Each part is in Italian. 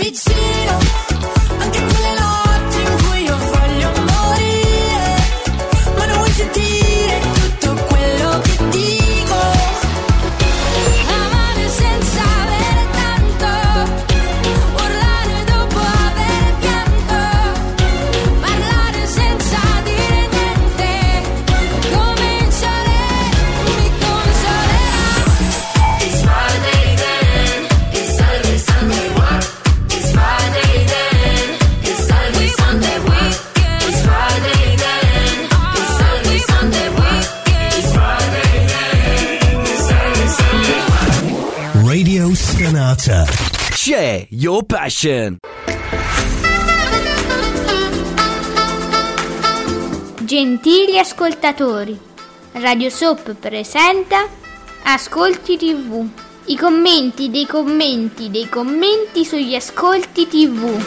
vicino, anche quelle notti in cui io voglio morire, ma non vuoi sentire tutto quello che dico. Amare senza avere tanto, urlare dopo aver pianto, parlare senza dire niente, cominciare mi consolerà. It's Friday then, it's Saturday, Sunday, what? It's Friday then, it's Saturday, Sunday, what? It's Friday then, it's Saturday, Sunday, what? It's Friday then, it's Saturday, Sunday, what? Radio Stonata. Share your passion. Gentili ascoltatori, Radio Soap presenta Ascolti TV. I commenti dei commenti dei commenti sugli ascolti TV.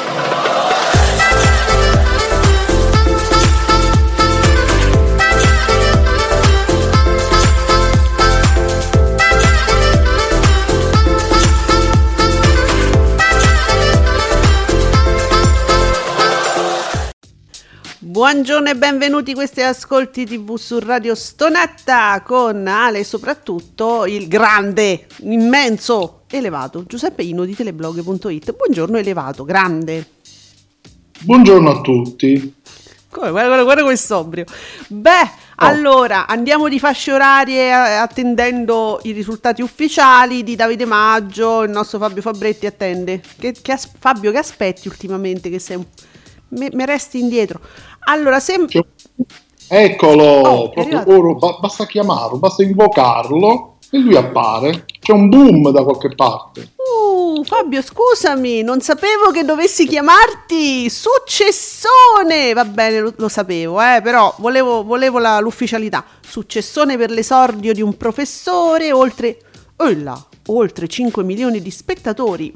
Buongiorno e benvenuti, questi Ascolti TV su Radio Stonetta con Ale, soprattutto il grande, immenso, elevato Giuseppe Ino di teleblog.it. Buongiorno elevato, grande. Buongiorno a tutti. Guarda quest'obrio. Allora andiamo di fasce orarie attendendo i risultati ufficiali di Davide Maggio. Il nostro Fabio Fabretti attende. Fabio, che aspetti ultimamente? Che sei mi resti indietro. Allora, eccolo, proprio ora, basta chiamarlo, basta invocarlo e lui appare. C'è un boom da qualche parte. Fabio, scusami, non sapevo che dovessi chiamarti Successone. Va bene, lo sapevo, però volevo l'ufficialità. Successone per l'esordio di un professore, oltre 5 milioni di spettatori,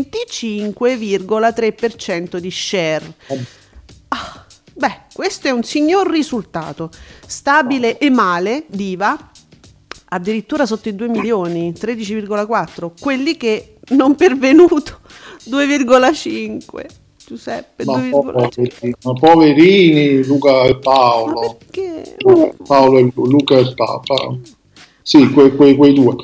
25,3% di share. Questo è un signor risultato. Stabile e male, Diva, addirittura sotto i 2 milioni, 13,4. Quelli che non pervenuto, 2,5. Giuseppe, 2,5. Ma poverini Luca e Paolo. Ma perché? Paolo e Luca e Paolo. Sì, quei due.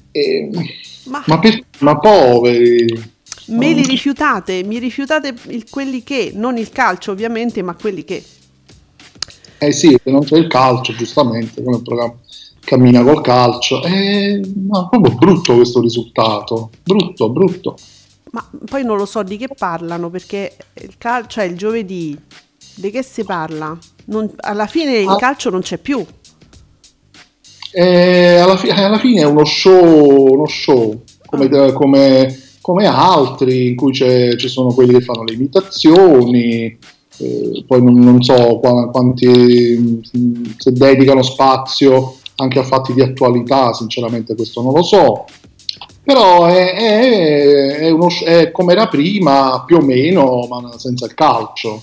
Ma poveri. Mi rifiutate quelli che, non il calcio ovviamente, ma quelli che. Sì, se non c'è il calcio, giustamente, come il programma cammina col calcio. Ma proprio brutto questo risultato. Brutto. Ma poi non lo so di che parlano, perché il calcio è il giovedì. Di che si parla? Alla fine il calcio non c'è più. Alla fine è uno show come altri, in cui ci sono quelli che fanno le imitazioni, poi non so quanti se dedicano spazio anche a fatti di attualità, sinceramente questo non lo so, però è come era prima più o meno, ma senza il calcio.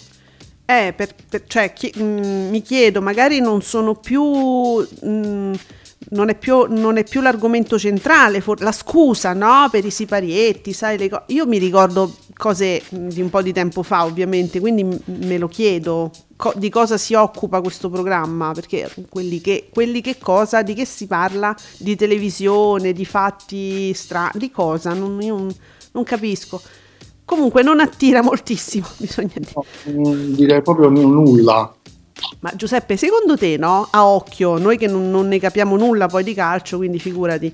Mi chiedo, magari non sono più non è più l'argomento centrale, la scusa, no? Per i siparietti, sai, io mi ricordo cose di un po' di tempo fa, ovviamente, quindi me lo chiedo di cosa si occupa questo programma, perché quelli che di che si parla? Di televisione, di fatti strani, di cosa? Io non capisco. Comunque non attira moltissimo, bisogna dire. No, direi proprio nulla. Ma Giuseppe, secondo te, no? A occhio, noi che non ne capiamo nulla poi di calcio, quindi figurati,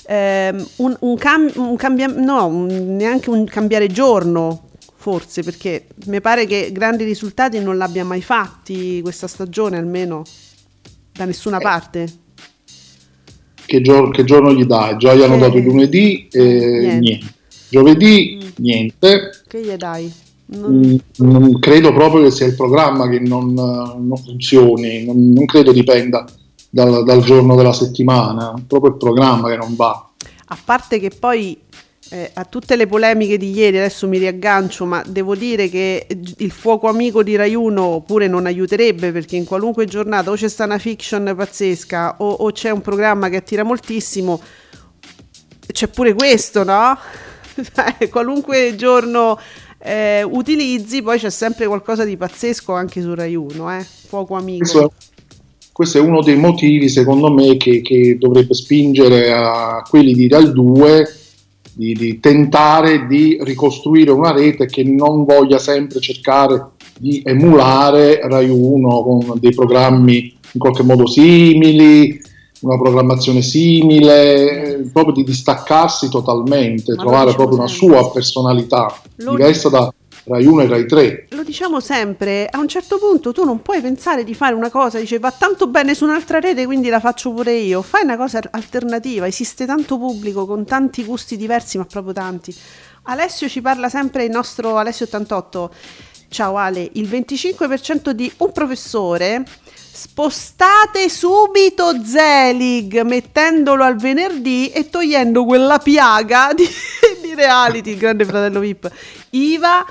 neanche un cambiare giorno, forse, perché mi pare che grandi risultati non l'abbia mai fatti questa stagione, almeno da nessuna parte. Che giorno gli dai? Già gli hanno dato il lunedì e niente. Giovedì niente. Che gli dai? Non credo proprio che sia il programma che non funzioni, non credo dipenda dal giorno della settimana, è proprio il programma che non va. A parte che poi a tutte le polemiche di ieri, adesso mi riaggancio, ma devo dire che il fuoco amico di Rai 1 pure non aiuterebbe, perché in qualunque giornata o c'è sta una fiction pazzesca o c'è un programma che attira moltissimo, c'è pure questo, no? qualunque giorno utilizzi, poi c'è sempre qualcosa di pazzesco anche su Rai 1, fuoco amico. Questo è uno dei motivi, secondo me, che dovrebbe spingere a quelli di Rai 2 di tentare di ricostruire una rete che non voglia sempre cercare di emulare Rai 1 con dei programmi in qualche modo simili, una programmazione simile, proprio di distaccarsi totalmente, trovare proprio una sua personalità diversa da Rai 1 e Rai 3. Lo diciamo sempre, a un certo punto tu non puoi pensare di fare una cosa, dice va tanto bene su un'altra rete quindi la faccio pure io, fai una cosa alternativa, esiste tanto pubblico con tanti gusti diversi, ma proprio tanti. Alessio ci parla sempre, il nostro Alessio 88, ciao Ale, il 25% di Un Professore, spostate subito Zelig mettendolo al venerdì e togliendo quella piaga di reality, il Grande Fratello VIP. Diva,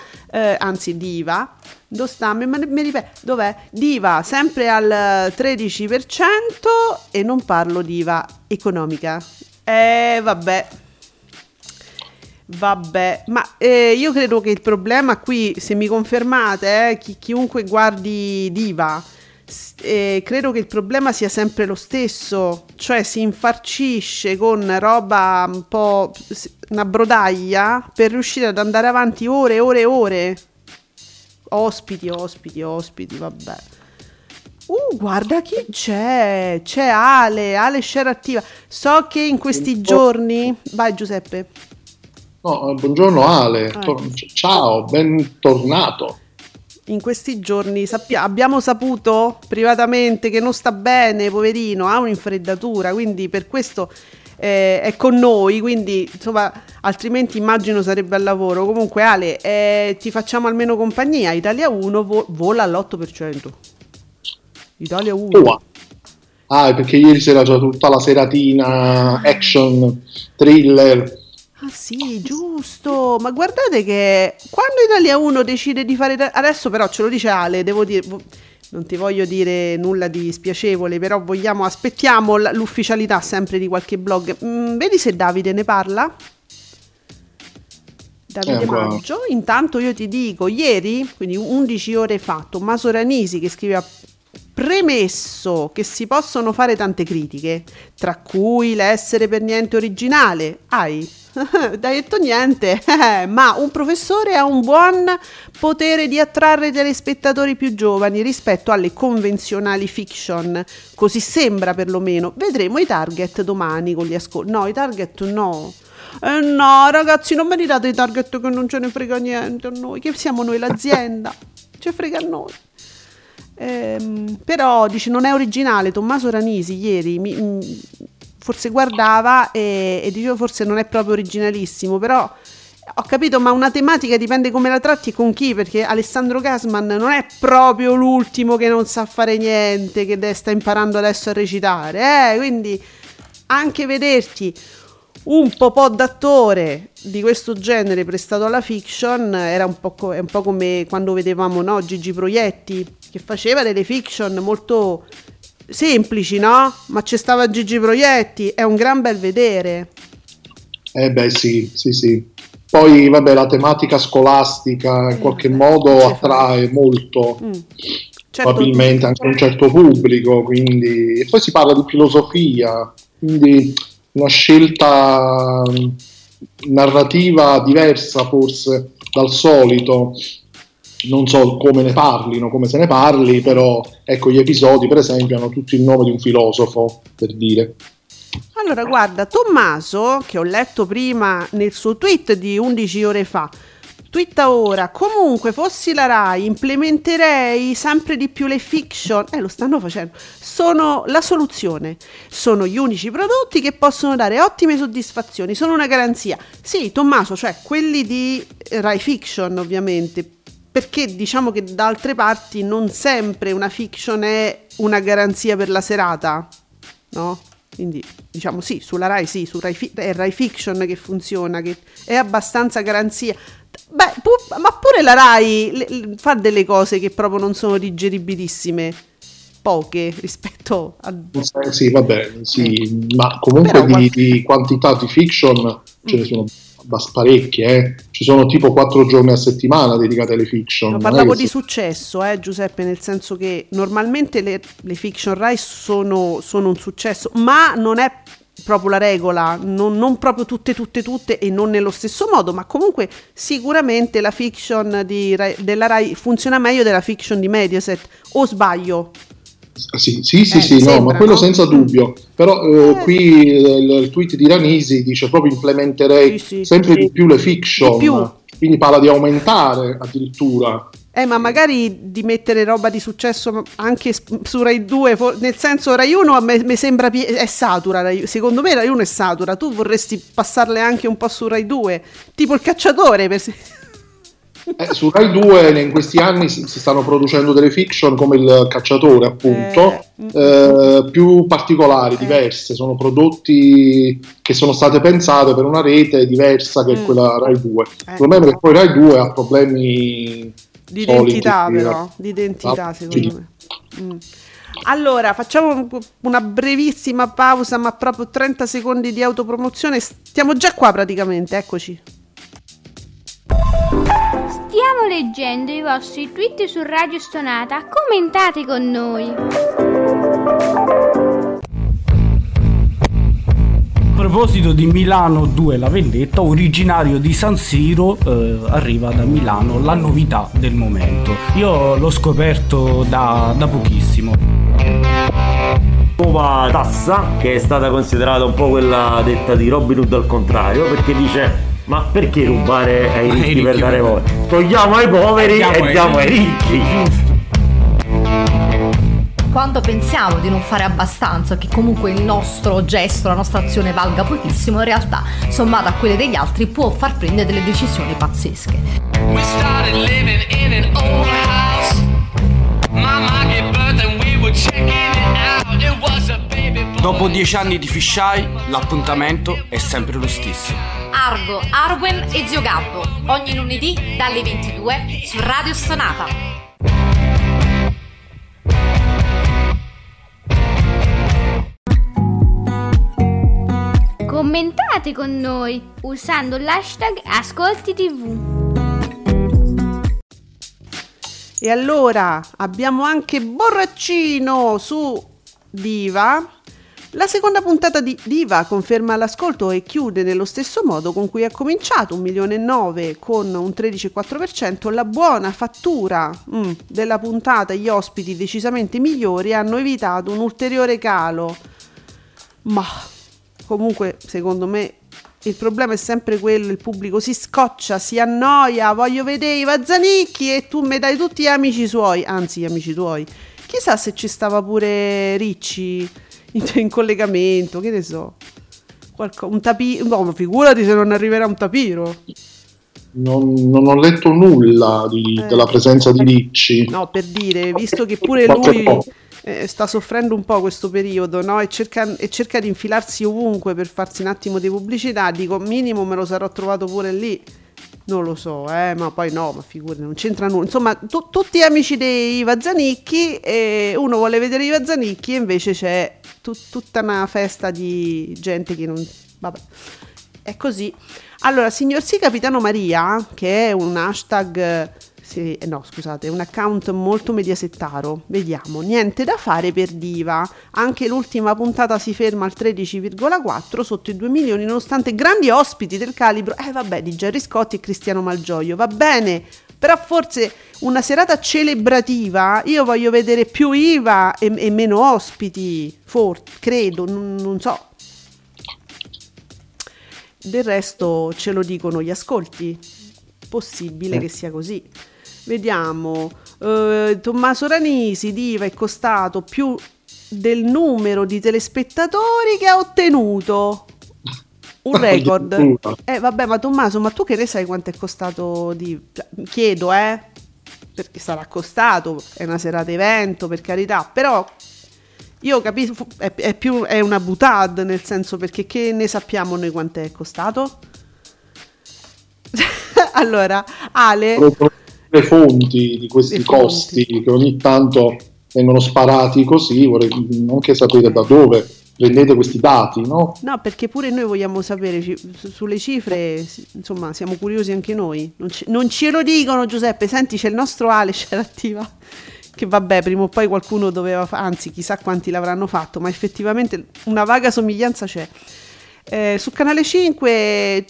dove sta? Mi ripeto, dov'è? Diva sempre al 13% e non parlo diva economica. Vabbè, ma io credo che il problema qui, se mi confermate, chiunque guardi Diva, credo che il problema sia sempre lo stesso, cioè si infarcisce con roba un po' una brodaglia per riuscire ad andare avanti ore e ore e ore. Ospiti, vabbè. Guarda chi c'è Ale share attiva. So che in questi giorni, vai Giuseppe. No, buongiorno Ale, ciao, bentornato. In questi giorni abbiamo saputo privatamente che non sta bene, poverino, ha un'infreddatura, quindi per questo è con noi, quindi insomma, altrimenti immagino sarebbe al lavoro. Comunque Ale, ti facciamo almeno compagnia. Italia 1 vola all'8%. Italia 1. Perché ieri sera c'era tutta la seratina action, thriller. Ah sì, giusto, ma guardate che quando Italia 1 decide di fare, adesso però ce lo dice Ale, devo dire, non ti voglio dire nulla di spiacevole, però aspettiamo l'ufficialità sempre di qualche blog. Vedi se Davide ne parla? Davide Maggio. Intanto io ti dico, ieri, quindi 11 ore fa, Tommaso Ranisi che scriveva: premesso che si possono fare tante critiche, tra cui l'essere per niente originale, dai detto niente, ma Un Professore ha un buon potere di attrarre telespettatori più giovani rispetto alle convenzionali fiction, così sembra perlomeno. Vedremo i target domani con gli ascolti. No, i target no. No ragazzi, non mi date i target che non ce ne frega niente a noi, che siamo noi l'azienda, ci frega a noi. Però dice non è originale. Tommaso Ranisi ieri forse guardava e diceva forse non è proprio originalissimo, però ho capito, ma una tematica dipende come la tratti e con chi, perché Alessandro Gasman non è proprio l'ultimo che non sa fare niente, che sta imparando adesso a recitare, quindi anche vederti un po' d'attore di questo genere prestato alla fiction è un po' come quando vedevamo Gigi Proietti che faceva delle fiction molto semplici, no? Ma c'è stava Gigi Proietti, è un gran bel vedere. Sì. Poi vabbè, la tematica scolastica in qualche modo attrae molto, probabilmente anche un certo pubblico, quindi. E poi si parla di filosofia, quindi una scelta narrativa diversa forse dal solito. Non so come ne parlino, come se ne parli, però ecco, gli episodi per esempio hanno tutti il nome di un filosofo, per dire. Allora guarda, Tommaso, che ho letto prima nel suo tweet di 11 ore fa, twitta ora: comunque fossi la Rai implementerei sempre di più le fiction, lo stanno facendo, sono la soluzione, sono gli unici prodotti che possono dare ottime soddisfazioni, sono una garanzia. Sì Tommaso, cioè quelli di Rai Fiction ovviamente, perché diciamo che da altre parti non sempre una fiction è una garanzia per la serata, no? Quindi diciamo sì, sulla Rai sì, su è Rai Fiction che funziona, che è abbastanza garanzia. Ma pure la Rai fa delle cose che proprio non sono digeribilissime, poche rispetto a... Sì, vabbè, sì, ma comunque di quantità di fiction ce ne sono parecchie, ci sono tipo 4 giorni a settimana dedicati alle fiction. No, parlavo di successo, Giuseppe, nel senso che normalmente le fiction Rai sono un successo, ma non è proprio la regola, non proprio tutte e non nello stesso modo, ma comunque sicuramente la fiction della Rai funziona meglio della fiction di Mediaset, o sbaglio? Sì, sembra, no, ma quello no? senza dubbio. Però qui il tweet di Ranisi dice proprio implementerei sempre di più le fiction, quindi parla di aumentare addirittura. Ma magari di mettere roba di successo anche su Rai 2, nel senso Rai 1 a me sembra è satura, secondo me Rai 1 è satura, tu vorresti passarle anche un po' su Rai 2, tipo Il Cacciatore su Rai 2 in questi anni si stanno producendo delle fiction come Il Cacciatore, appunto, più particolari, diverse, sono prodotti che sono state pensate per una rete diversa che quella Rai 2. Il problema è che poi Rai 2 ha problemi di identità, però di identità, secondo me. Allora facciamo una brevissima pausa, ma proprio 30 secondi di autopromozione. Stiamo già qua praticamente, eccoci. Stiamo leggendo i vostri tweet su Radio Stonata, commentate con noi. A proposito di Milano 2 La Vendetta, originario di San Siro, arriva da Milano la novità del momento. Io l'ho scoperto da pochissimo. Nuova tassa che è stata considerata un po' quella detta di Robin Hood al contrario, perché dice: ma perché rubare ai ricchi per dare voi? Togliamo ai poveri e diamo ai ricchi. Quando pensiamo di non fare abbastanza, che comunque il nostro gesto, la nostra azione valga pochissimo, in realtà sommata a quelle degli altri può far prendere delle decisioni pazzesche. We started living in an old house. Mama gave birth and we were checking it out. It was a baby boy. Dopo 10 anni di fisheye, l'appuntamento è sempre lo stesso. Argo, Arwen e Zio Gabbo, ogni lunedì dalle 22 su Radio Stonata. Commentate con noi usando l'hashtag Ascolti TV. E allora abbiamo anche Borraccino su Diva. La seconda puntata di Diva conferma l'ascolto e chiude nello stesso modo con cui ha cominciato, 1,9 milioni con un 13,4%. La buona fattura della puntata, gli ospiti decisamente migliori hanno evitato un ulteriore calo. Ma comunque secondo me il problema è sempre quello, il pubblico si scoccia, si annoia, voglio vedere i Vazzanicchi e tu mi dai tutti gli amici suoi, anzi gli amici tuoi. Chissà se ci stava pure Ricci in collegamento, che ne so, un tapiro, no, ma figurati se non arriverà un tapiro. Non ho letto nulla della presenza di Ricci. No, per dire, visto che pure lui sta soffrendo un po' questo periodo, no? E cerca di infilarsi ovunque per farsi un attimo di pubblicità, dico minimo me lo sarò trovato pure lì. Non lo so, ma poi no, ma figurati, non c'entra nulla. Insomma, tutti amici dei Vazzanicchi, e uno vuole vedere i Vazzanicchi e invece c'è tutta una festa di gente che non... Vabbè, è così. Allora, signor sì Capitano Maria, che è un hashtag... è un account molto mediasettaro. Vediamo, niente da fare per Diva, anche l'ultima puntata si ferma al 13,4 sotto i 2 milioni nonostante grandi ospiti del calibro di Gerry Scotti e Cristiano Malgioglio. Va bene, però forse una serata celebrativa, io voglio vedere più IVA e meno ospiti, credo, non so. Del resto ce lo dicono gli ascolti, possibile che sia così. Vediamo, Tommaso Ranisi, Diva è costato più del numero di telespettatori che ha ottenuto, un record. Vabbè, ma Tommaso, ma tu che ne sai quanto è costato? Chiedo, perché sarà costato, è una serata evento, per carità, però io capisco, è una boutade, nel senso, perché che ne sappiamo noi quanto è costato? Allora, Ale... Le fonti di questi costi che ogni tanto vengono sparati così, vorrei anche sapere da dove prendete questi dati, no? No, perché pure noi vogliamo sapere sulle cifre, insomma, siamo curiosi anche noi. Non ce lo dicono, Giuseppe. Senti, c'è il nostro Ale, c'era attiva, che vabbè, prima o poi qualcuno doveva anzi, chissà quanti l'avranno fatto, ma effettivamente una vaga somiglianza c'è. Su Canale 5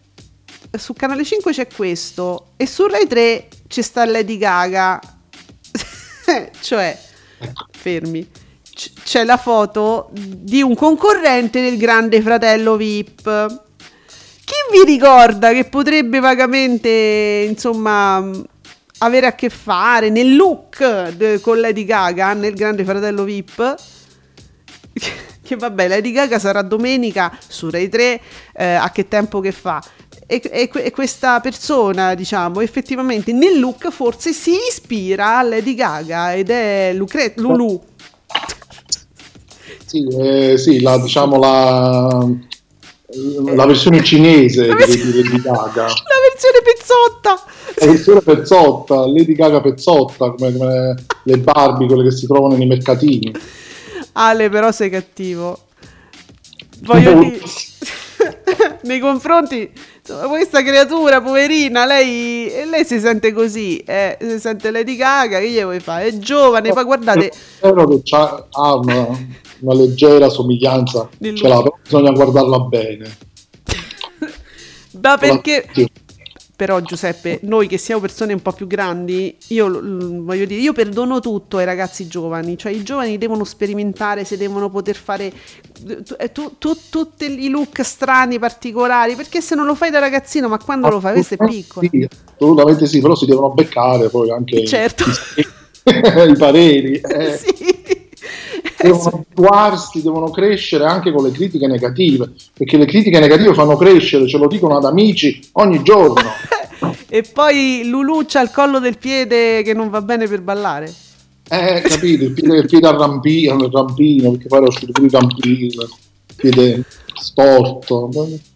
c'è questo, e su Rai 3 ci sta Lady Gaga. Cioè, fermi. C'è la foto di un concorrente del Grande Fratello VIP. Chi vi ricorda che potrebbe vagamente, insomma, avere a che fare nel look con Lady Gaga nel Grande Fratello VIP? Che vabbè, Lady Gaga sarà domenica su Rai 3, a che tempo che fa? E questa persona, diciamo, effettivamente nel look forse si ispira a Lady Gaga ed è Lulu. Sì, diciamo la versione cinese di Lady Gaga. La versione pezzotta. La versione pezzotta, Lady Gaga pezzotta, come le Barbie, quelle che si trovano nei mercatini. Ale, però sei cattivo. Voglio dire, nei confronti, insomma, questa creatura poverina, lei si sente così, si sente Lady Gaga, che gli vuoi fare? È giovane, poi guardate. Spero che ha una leggera somiglianza, ce l'ha, però bisogna guardarla bene. Ma perché? Però Giuseppe, noi che siamo persone un po' più grandi, io voglio dire, io perdono tutto ai ragazzi giovani, cioè i giovani devono sperimentare, se devono poter fare tutti i look strani, particolari, perché se non lo fai da ragazzino, ma quando lo fai? Questo è piccolo. Sì, assolutamente sì, però si devono beccare poi anche certo. I pareri. Sì. Devono abituarsi, devono crescere anche con le critiche negative, perché le critiche negative fanno crescere, ce lo dicono ad amici ogni giorno. E poi Lulu c'ha il collo del piede che non va bene per ballare. Capito, il piede al rampino, perché poi era uscito pure il rampino, il piede storto.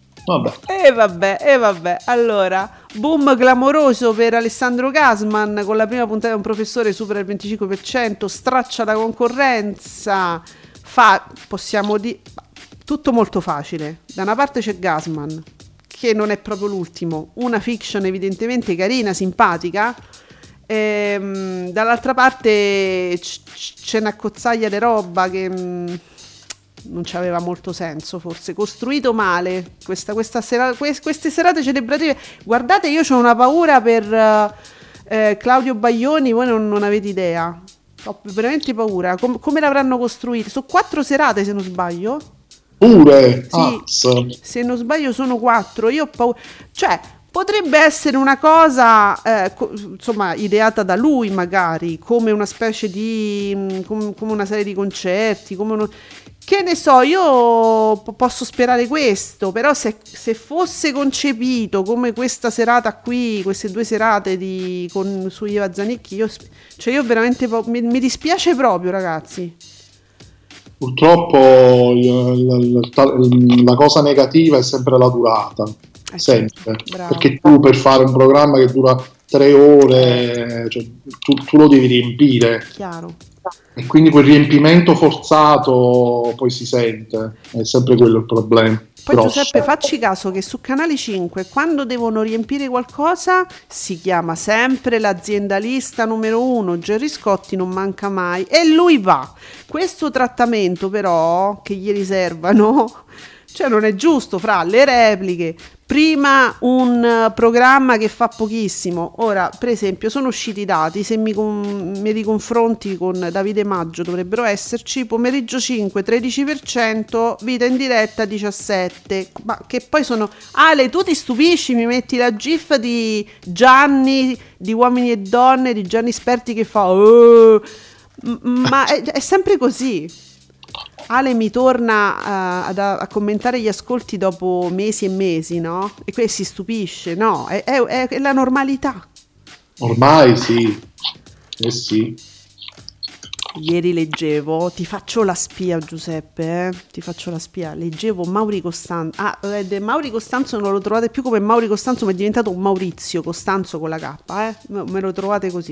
Vabbè. Allora, boom clamoroso per Alessandro Gasman, con la prima puntata di Un professore supera il 25%, straccia la concorrenza, possiamo dire, tutto molto facile. Da una parte c'è Gasman, che non è proprio l'ultimo, una fiction evidentemente carina, simpatica, dall'altra parte c'è una cozzaglia di roba che non c'aveva molto senso, forse costruito male queste serate celebrative. Guardate, io ho una paura per Claudio Baglioni, voi non avete idea, ho veramente paura come l'avranno costruito. Sono 4 serate, se non sbaglio. Pure sì, se non sbaglio sono 4. Io ho paura, cioè potrebbe essere una cosa insomma ideata da lui, magari come una specie di come una serie di concerti, che ne so, io posso sperare questo, però se fosse concepito come questa serata qui, queste 2 serate su Iva Zanicchi, io veramente mi dispiace proprio, ragazzi. Purtroppo la cosa negativa è sempre la durata, sempre. Perché tu per fare un programma che dura 3 ore, cioè, tu lo devi riempire. Chiaro. E quindi quel riempimento forzato poi si sente, è sempre quello il problema. Poi Giuseppe, facci caso che su Canale 5 quando devono riempire qualcosa si chiama sempre l'aziendalista numero 1, Gerry Scotti non manca mai, e lui va. Questo trattamento però che gli riservano, cioè non è giusto, fra le repliche, prima un programma che fa pochissimo. Ora, per esempio, sono usciti i dati, se mi riconfronti con Davide Maggio dovrebbero esserci: pomeriggio 5 13%, vita in diretta 17%, ma che poi sono... Ale, tu ti stupisci, mi metti la gif di Gianni, di Uomini e Donne, di Gianni Sperti che fa ma è sempre così. Ale mi torna a commentare gli ascolti dopo mesi e mesi, no? E qui si stupisce, no? È la normalità. Ormai sì, sì. Ieri leggevo, ti faccio la spia, Giuseppe, ti faccio la spia. Leggevo Mauri Costanzo. Mauri Costanzo non lo trovate più come Mauri Costanzo, ma è diventato un Maurizio Costanzo con la K, me lo trovate così.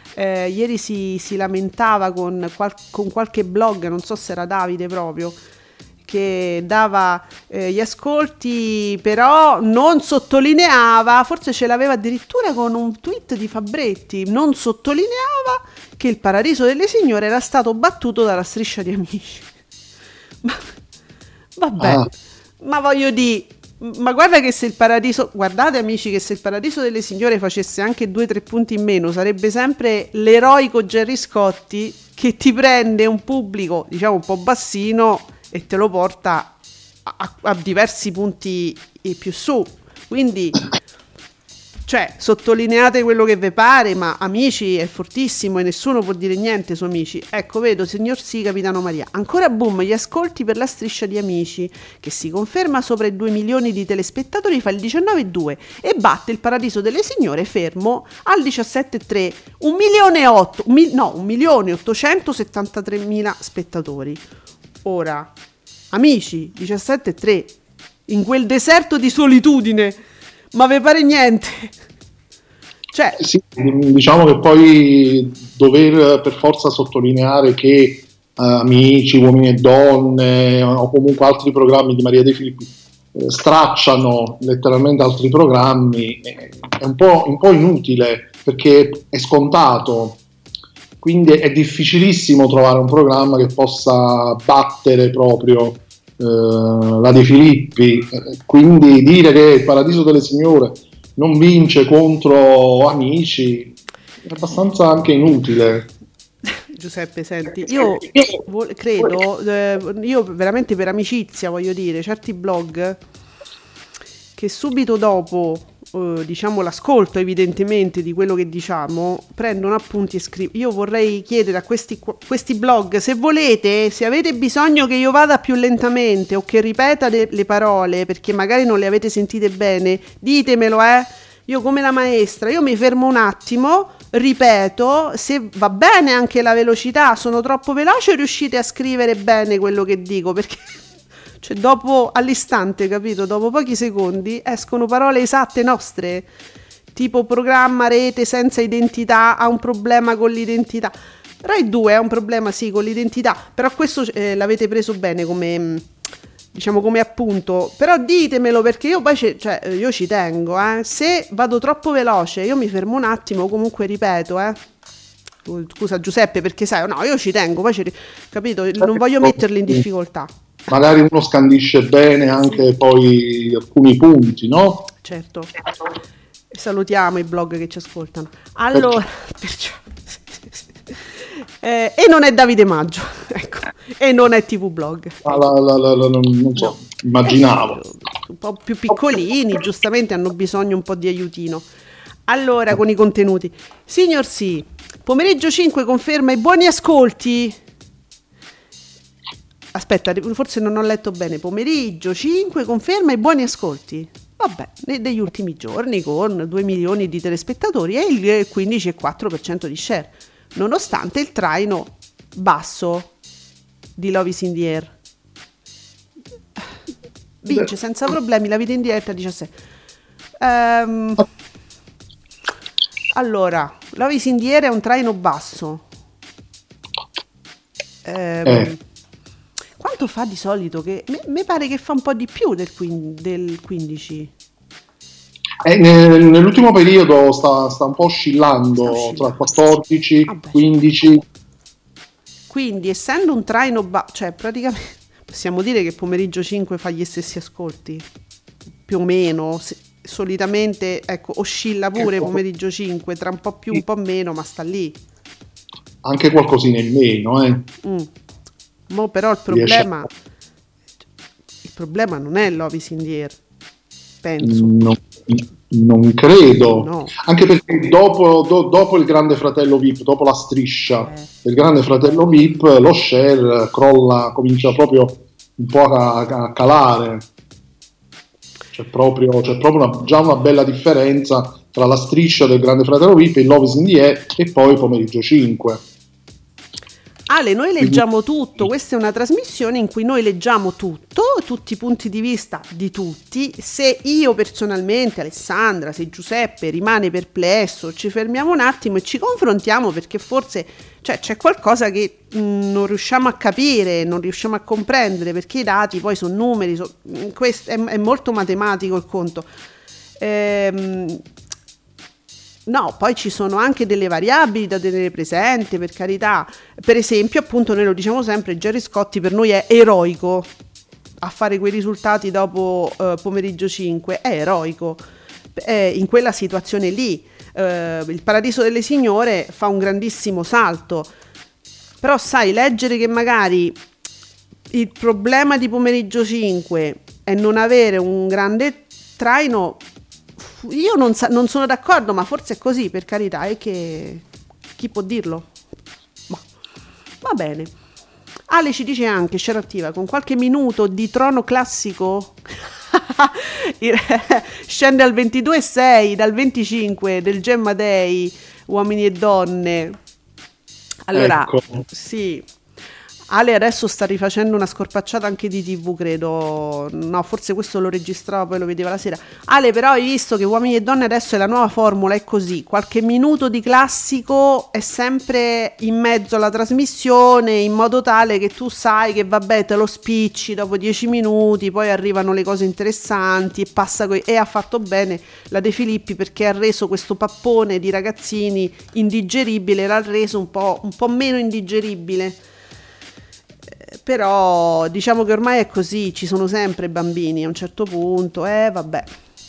Ieri si lamentava con qualche blog, non so se era Davide proprio, che dava gli ascolti, però non sottolineava, forse ce l'aveva addirittura con un tweet di Fabretti, non sottolineava che il Paradiso delle Signore era stato battuto dalla Striscia di Amici. Ma vabbè, ma voglio dire, ma guarda che se il Paradiso, guardate amici, che se il Paradiso delle Signore facesse anche 2-3 punti in meno, sarebbe sempre l'eroico Gerry Scotti che ti prende un pubblico, diciamo, un po' bassino e te lo porta a diversi punti più su. Quindi, cioè, sottolineate quello che vi pare, ma Amici è fortissimo e nessuno può dire niente su Amici. Ecco, vedo, signor sì, Capitano Maria. Ancora boom, gli ascolti per la Striscia di Amici, che si conferma sopra i 2 milioni di telespettatori, fa il 19,2 e batte il Paradiso delle Signore fermo al 17,3. 1.873.000 spettatori. Ora, Amici, 17,3, in quel deserto di solitudine, ma ve pare niente? Cioè, sì, diciamo che poi dover per forza sottolineare che Amici, Uomini e Donne o comunque altri programmi di Maria De Filippi stracciano letteralmente altri programmi è un po' inutile, perché è scontato, quindi è difficilissimo trovare un programma che possa battere proprio la De Filippi, quindi dire che il Paradiso delle Signore non vince contro Amici è abbastanza anche inutile. Giuseppe, senti, io credo, io veramente per amicizia voglio dire, certi blog che subito dopo diciamo l'ascolto evidentemente di quello che diciamo, prendono appunti e scrivono. Io vorrei chiedere a questi blog, se volete, se avete bisogno che io vada più lentamente o che ripeta le parole perché magari non le avete sentite bene, ditemelo, io come la maestra, io mi fermo un attimo, ripeto, se va bene anche la velocità, sono troppo veloce, riuscite a scrivere bene quello che dico, perché cioè dopo, all'istante, capito, dopo pochi secondi escono parole esatte nostre, tipo programma rete senza identità, ha un problema con l'identità. Rai 2 ha un problema sì con l'identità, però questo l'avete preso bene come, diciamo, come appunto, però ditemelo, perché io poi io ci tengo, se vado troppo veloce io mi fermo un attimo, comunque ripeto, scusa Giuseppe, perché sai, no, io ci tengo, poi capito, non voglio metterli in difficoltà. Magari uno scandisce bene anche poi alcuni punti, no? Certo. Salutiamo i blog che ci ascoltano. Allora, e non è Davide Maggio, ecco, e non è TV Blog. Non so, immaginavo. Un po' più piccolini, giustamente hanno bisogno un po' di aiutino. Allora, con i contenuti. Signor sì, pomeriggio 5 conferma i buoni ascolti. Aspetta, forse non ho letto bene. Pomeriggio 5 conferma i buoni ascolti. Vabbè, degli ultimi giorni con 2 milioni di telespettatori e il 15,4% di share, nonostante il traino basso di Love is in the Air. Vince senza problemi la vita in diretta 17. Allora, Love is in the Air è un traino basso. Quanto fa di solito? Che mi pare che fa un po' di più del 15. Nell'ultimo periodo sta un po' oscillando tra 14 e 15. Quindi, essendo un traino cioè praticamente possiamo dire che pomeriggio 5 fa gli stessi ascolti, più o meno. Solitamente, ecco, oscilla pure pomeriggio 5, tra un po' più, un po' meno, ma sta lì. Anche qualcosina in meno, Mo però il problema non è Love is in the Air, penso. Non credo, no. Anche perché dopo il Grande Fratello VIP, dopo la striscia del Grande Fratello VIP, lo share comincia proprio un po' a calare. C'è proprio già una bella differenza tra la striscia del Grande Fratello VIP e il Love is in the Air e poi pomeriggio 5. Ale, noi leggiamo tutto, questa è una trasmissione in cui noi leggiamo tutto, tutti i punti di vista di tutti. Se io personalmente, Alessandra, se Giuseppe rimane perplesso, ci fermiamo un attimo e ci confrontiamo, perché forse c'è qualcosa che non riusciamo a capire, non riusciamo a comprendere, perché i dati poi sono numeri, questo è molto matematico il conto. No, poi ci sono anche delle variabili da tenere presente, per carità. Per esempio, appunto, noi lo diciamo sempre, Gerry Scotti per noi è eroico a fare quei risultati dopo pomeriggio 5, è eroico in quella situazione lì. Il Paradiso delle Signore fa un grandissimo salto, però sai, leggere che magari il problema di pomeriggio 5 è non avere un grande traino, io non sono d'accordo, ma forse è così, per carità, è che chi può dirlo? Ma va bene. Ale ci dice anche, Share Attiva, con qualche minuto di trono classico scende al 22,6 dal 25 del Gemma Day, uomini e donne. Allora, ecco. Sì, Ale adesso sta rifacendo una scorpacciata anche di TV, credo. No, forse questo lo registrava, poi lo vedeva la sera. Ale, però hai visto che Uomini e Donne adesso è la nuova formula, è così. Qualche minuto di classico è sempre in mezzo alla trasmissione, in modo tale che tu sai che vabbè, te lo spicci dopo 10 minuti, poi arrivano le cose interessanti e passa e ha fatto bene la De Filippi, perché ha reso questo pappone di ragazzini indigeribile, l'ha reso un po' meno indigeribile. Però diciamo che ormai è così, ci sono sempre bambini a un certo punto, vabbè.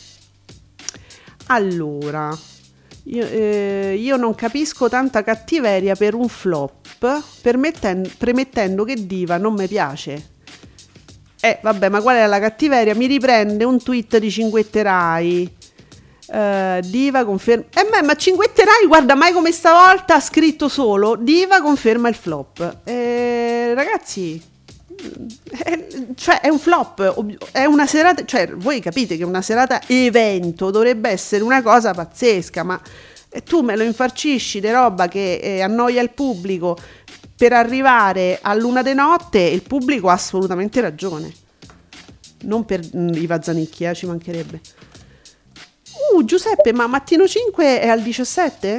Allora, io non capisco tanta cattiveria per un flop, premettendo che Diva non mi piace. Vabbè, ma qual è la cattiveria? Mi riprende un tweet di Cinguetterai. Diva conferma. Ma Cinguetterai, guarda, mai come stavolta ha scritto solo Diva conferma il flop. Ragazzi, cioè è un flop, è una serata, cioè voi capite che una serata evento dovrebbe essere una cosa pazzesca, ma tu me lo infarcisci di roba che annoia il pubblico per arrivare all'1 di notte. Il pubblico ha assolutamente ragione, non per Iva Zanicchi, ci mancherebbe. Giuseppe, ma Mattino 5 è al 17?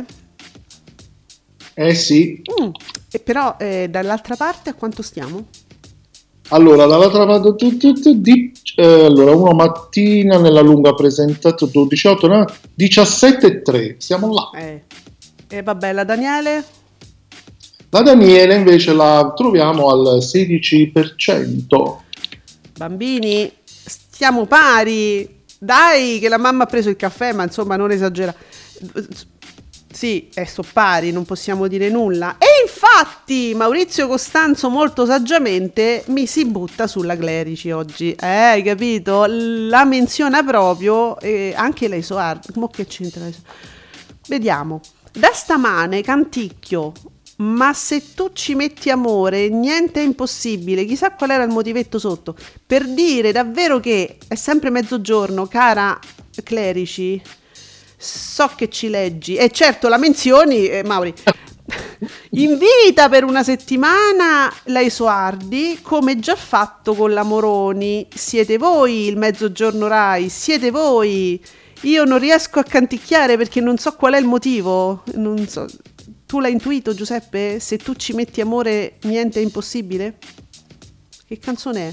Sì. E però dall'altra parte a quanto stiamo? Allora, dall'altra parte allora, una mattina nella lunga presentazione 12:08, no? 17:03, siamo là. E vabbè, la Daniele? La Daniele invece la troviamo al 16%. Bambini, stiamo pari. Dai, che la mamma ha preso il caffè, ma insomma non esagera. Sì, so pari, non possiamo dire nulla. E infatti Maurizio Costanzo molto saggiamente mi si butta sulla Clerici oggi. Hai capito? La menziona proprio, anche lei mo che c'entra? Vediamo. Da stamane canticchio, ma se tu ci metti amore niente è impossibile. Chissà qual era il motivetto sotto, per dire davvero che è sempre mezzogiorno, cara Clerici. So che ci leggi, e certo la menzioni, Mauri. Invita per una settimana la Esuardi, come già fatto con la Moroni. Siete voi il Mezzogiorno Rai, siete voi. Io non riesco a canticchiare perché non so qual è il motivo, non so. Tu l'hai intuito, Giuseppe? Se tu ci metti amore niente è impossibile? Che canzone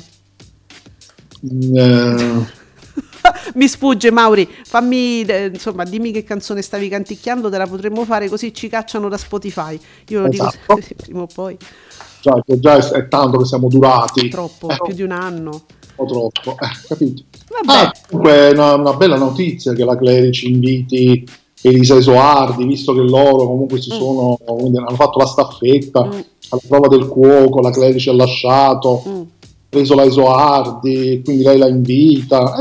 è? Mi sfugge, Mauri, fammi, insomma, dimmi che canzone stavi canticchiando, te la potremmo fare, così ci cacciano da Spotify. Io lo dico prima o poi. Già è tanto che siamo durati. Troppo, più di un anno. O troppo, capito. Comunque è una bella notizia che la Clerici inviti Elisa Esoardi, visto che loro comunque hanno fatto la staffetta alla prova del cuoco, la Clerici ha lasciato, preso la Esoardi, quindi lei la invita.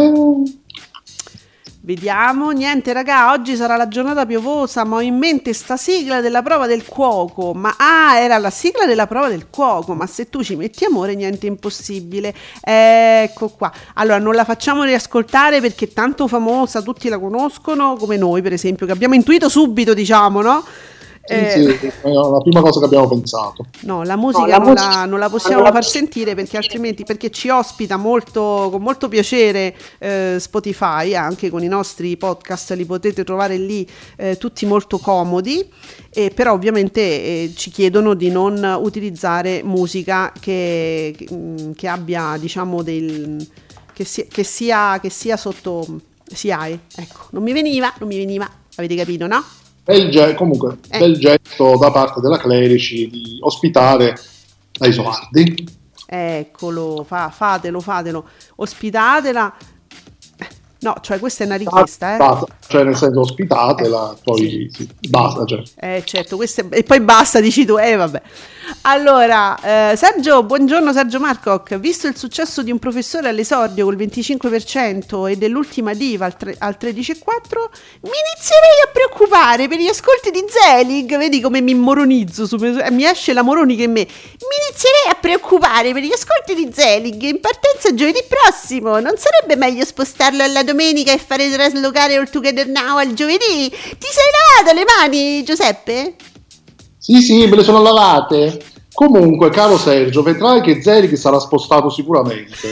Vediamo, niente raga, oggi sarà la giornata piovosa, ma ho in mente sta sigla della prova del cuoco, era la sigla della prova del cuoco, ma se tu ci metti amore niente è impossibile, ecco qua. Allora non la facciamo riascoltare perché è tanto famosa, tutti la conoscono, come noi per esempio, che abbiamo intuito subito, diciamo, no? Sì, è la prima cosa che abbiamo pensato. No, la musica non la possiamo far sentire perché altrimenti, perché ci ospita con molto piacere Spotify, anche con i nostri podcast li potete trovare lì tutti molto comodi, però ovviamente ci chiedono di non utilizzare musica che abbia, diciamo, che sia sotto SIAE. Ecco, non mi veniva, avete capito, no? Comunque, bel gesto da parte della Clerici di ospitare la Isoardi. Eccolo, fatelo, ospitatela. No, cioè questa è una richiesta, Cioè nel senso ospitatela, poi sì, basta. Cioè. Certo, e poi basta, dici tu, vabbè. Allora, Sergio, buongiorno Sergio Marcoc. Visto il successo di Un professore all'esordio col 25% e dell'ultima diva al 13,4%, mi inizierei a preoccupare per gli ascolti di Zelig. Vedi come mi moronizzo, mi esce la moronica in me. Mi inizierei a preoccupare per gli ascolti di Zelig in partenza giovedì prossimo. Non sarebbe meglio spostarlo alla domenica e fare traslocare All Together Now al giovedì? Ti sei lavato le mani, Giuseppe? Sì, me le sono lavate. Comunque, caro Sergio, vedrai che Zelig sarà spostato sicuramente.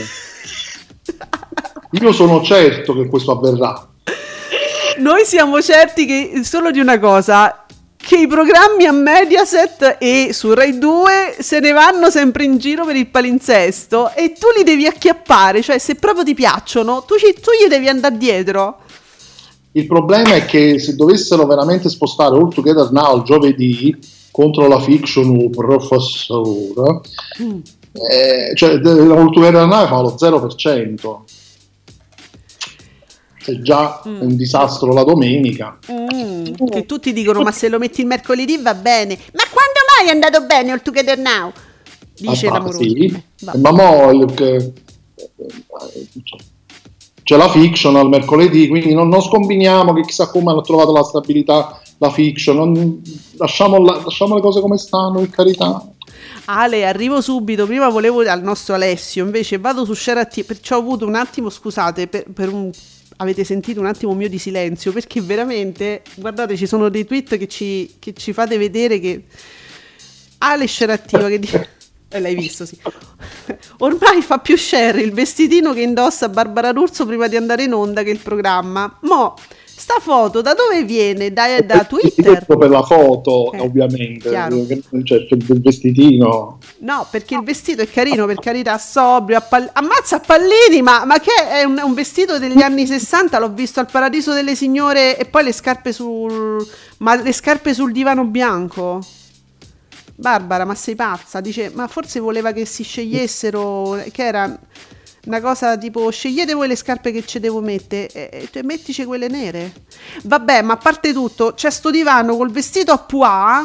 Io sono certo che questo avverrà. Noi siamo certi che solo di una cosa, che i programmi a Mediaset e su Rai 2 se ne vanno sempre in giro per il palinsesto e tu li devi acchiappare, cioè se proprio ti piacciono tu gli devi andare dietro. Il problema è che se dovessero veramente spostare All Together Now il giovedì contro la fiction professore, cioè All Together Now fa lo 0%. È già un disastro la domenica. Che tutti dicono ma se lo metti il mercoledì va bene. Ma quando mai è andato bene All Together Now? Dice l'amoroso. Sì. Ma mo c'è la fiction al mercoledì, quindi non scombiniamo che chissà come hanno trovato la stabilità la fiction, lasciamo le cose come stanno, per carità. Ale, arrivo subito. Prima volevo al nostro Alessio, invece vado su Share TV, perciò ho avuto un attimo, scusate, avete sentito un attimo mio di silenzio, perché veramente, guardate, ci sono dei tweet che ci fate vedere che Ale Share attiva che l'hai visto, sì. Ormai fa più share il vestitino che indossa Barbara D'Urso prima di andare in onda che il programma. Mo, sta foto da dove viene? Da Twitter? Per la foto, ovviamente. Cioè, il vestitino. No, perché il vestito è carino, per carità, sobrio, ammazza a pallini, ma che è un vestito degli anni 60, l'ho visto al Paradiso delle Signore, e poi le scarpe sul divano bianco. Barbara, ma sei pazza? Dice, ma forse voleva che si scegliessero, che era una cosa tipo, scegliete voi le scarpe che ci devo mettere e mettici quelle nere. Vabbè, ma a parte tutto, c'è sto divano col vestito a pois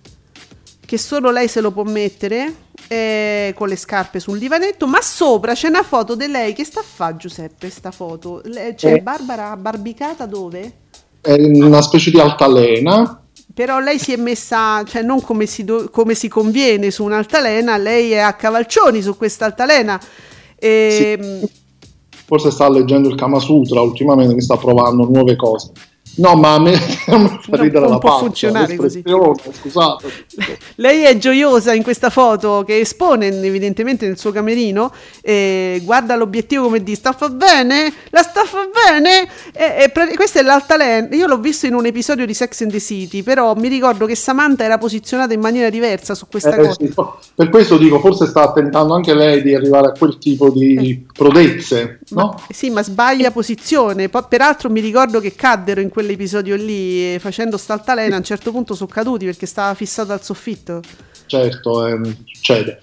che solo lei se lo può mettere, con le scarpe sul divanetto, ma sopra c'è una foto di lei che sta a fa, Giuseppe, sta foto. C'è Barbara barbicata dove? È una specie di altalena. Però lei si è messa, cioè non come si conviene su un'altalena, lei è a cavalcioni su questa altalena. Sì. Forse sta leggendo il Kama Sutra ultimamente, che sta provando nuove cose. No, ma a me fa ridere la può funzionare così. Scusate. Lei è gioiosa in questa foto che espone evidentemente nel suo camerino, guarda l'obiettivo come di sta fa bene, la sta fa bene, questa è l'altalena. Io l'ho visto in un episodio di Sex and the City, però mi ricordo che Samantha era posizionata in maniera diversa su questa cosa. Sì, per questo dico, forse sta tentando anche lei di arrivare a quel tipo di prodezze, no? Sì, ma sbaglia posizione. Peraltro mi ricordo che caddero in quell'episodio lì, facendo sta altalena, a un certo punto sono caduti perché stava fissata al soffitto. Certo, succede.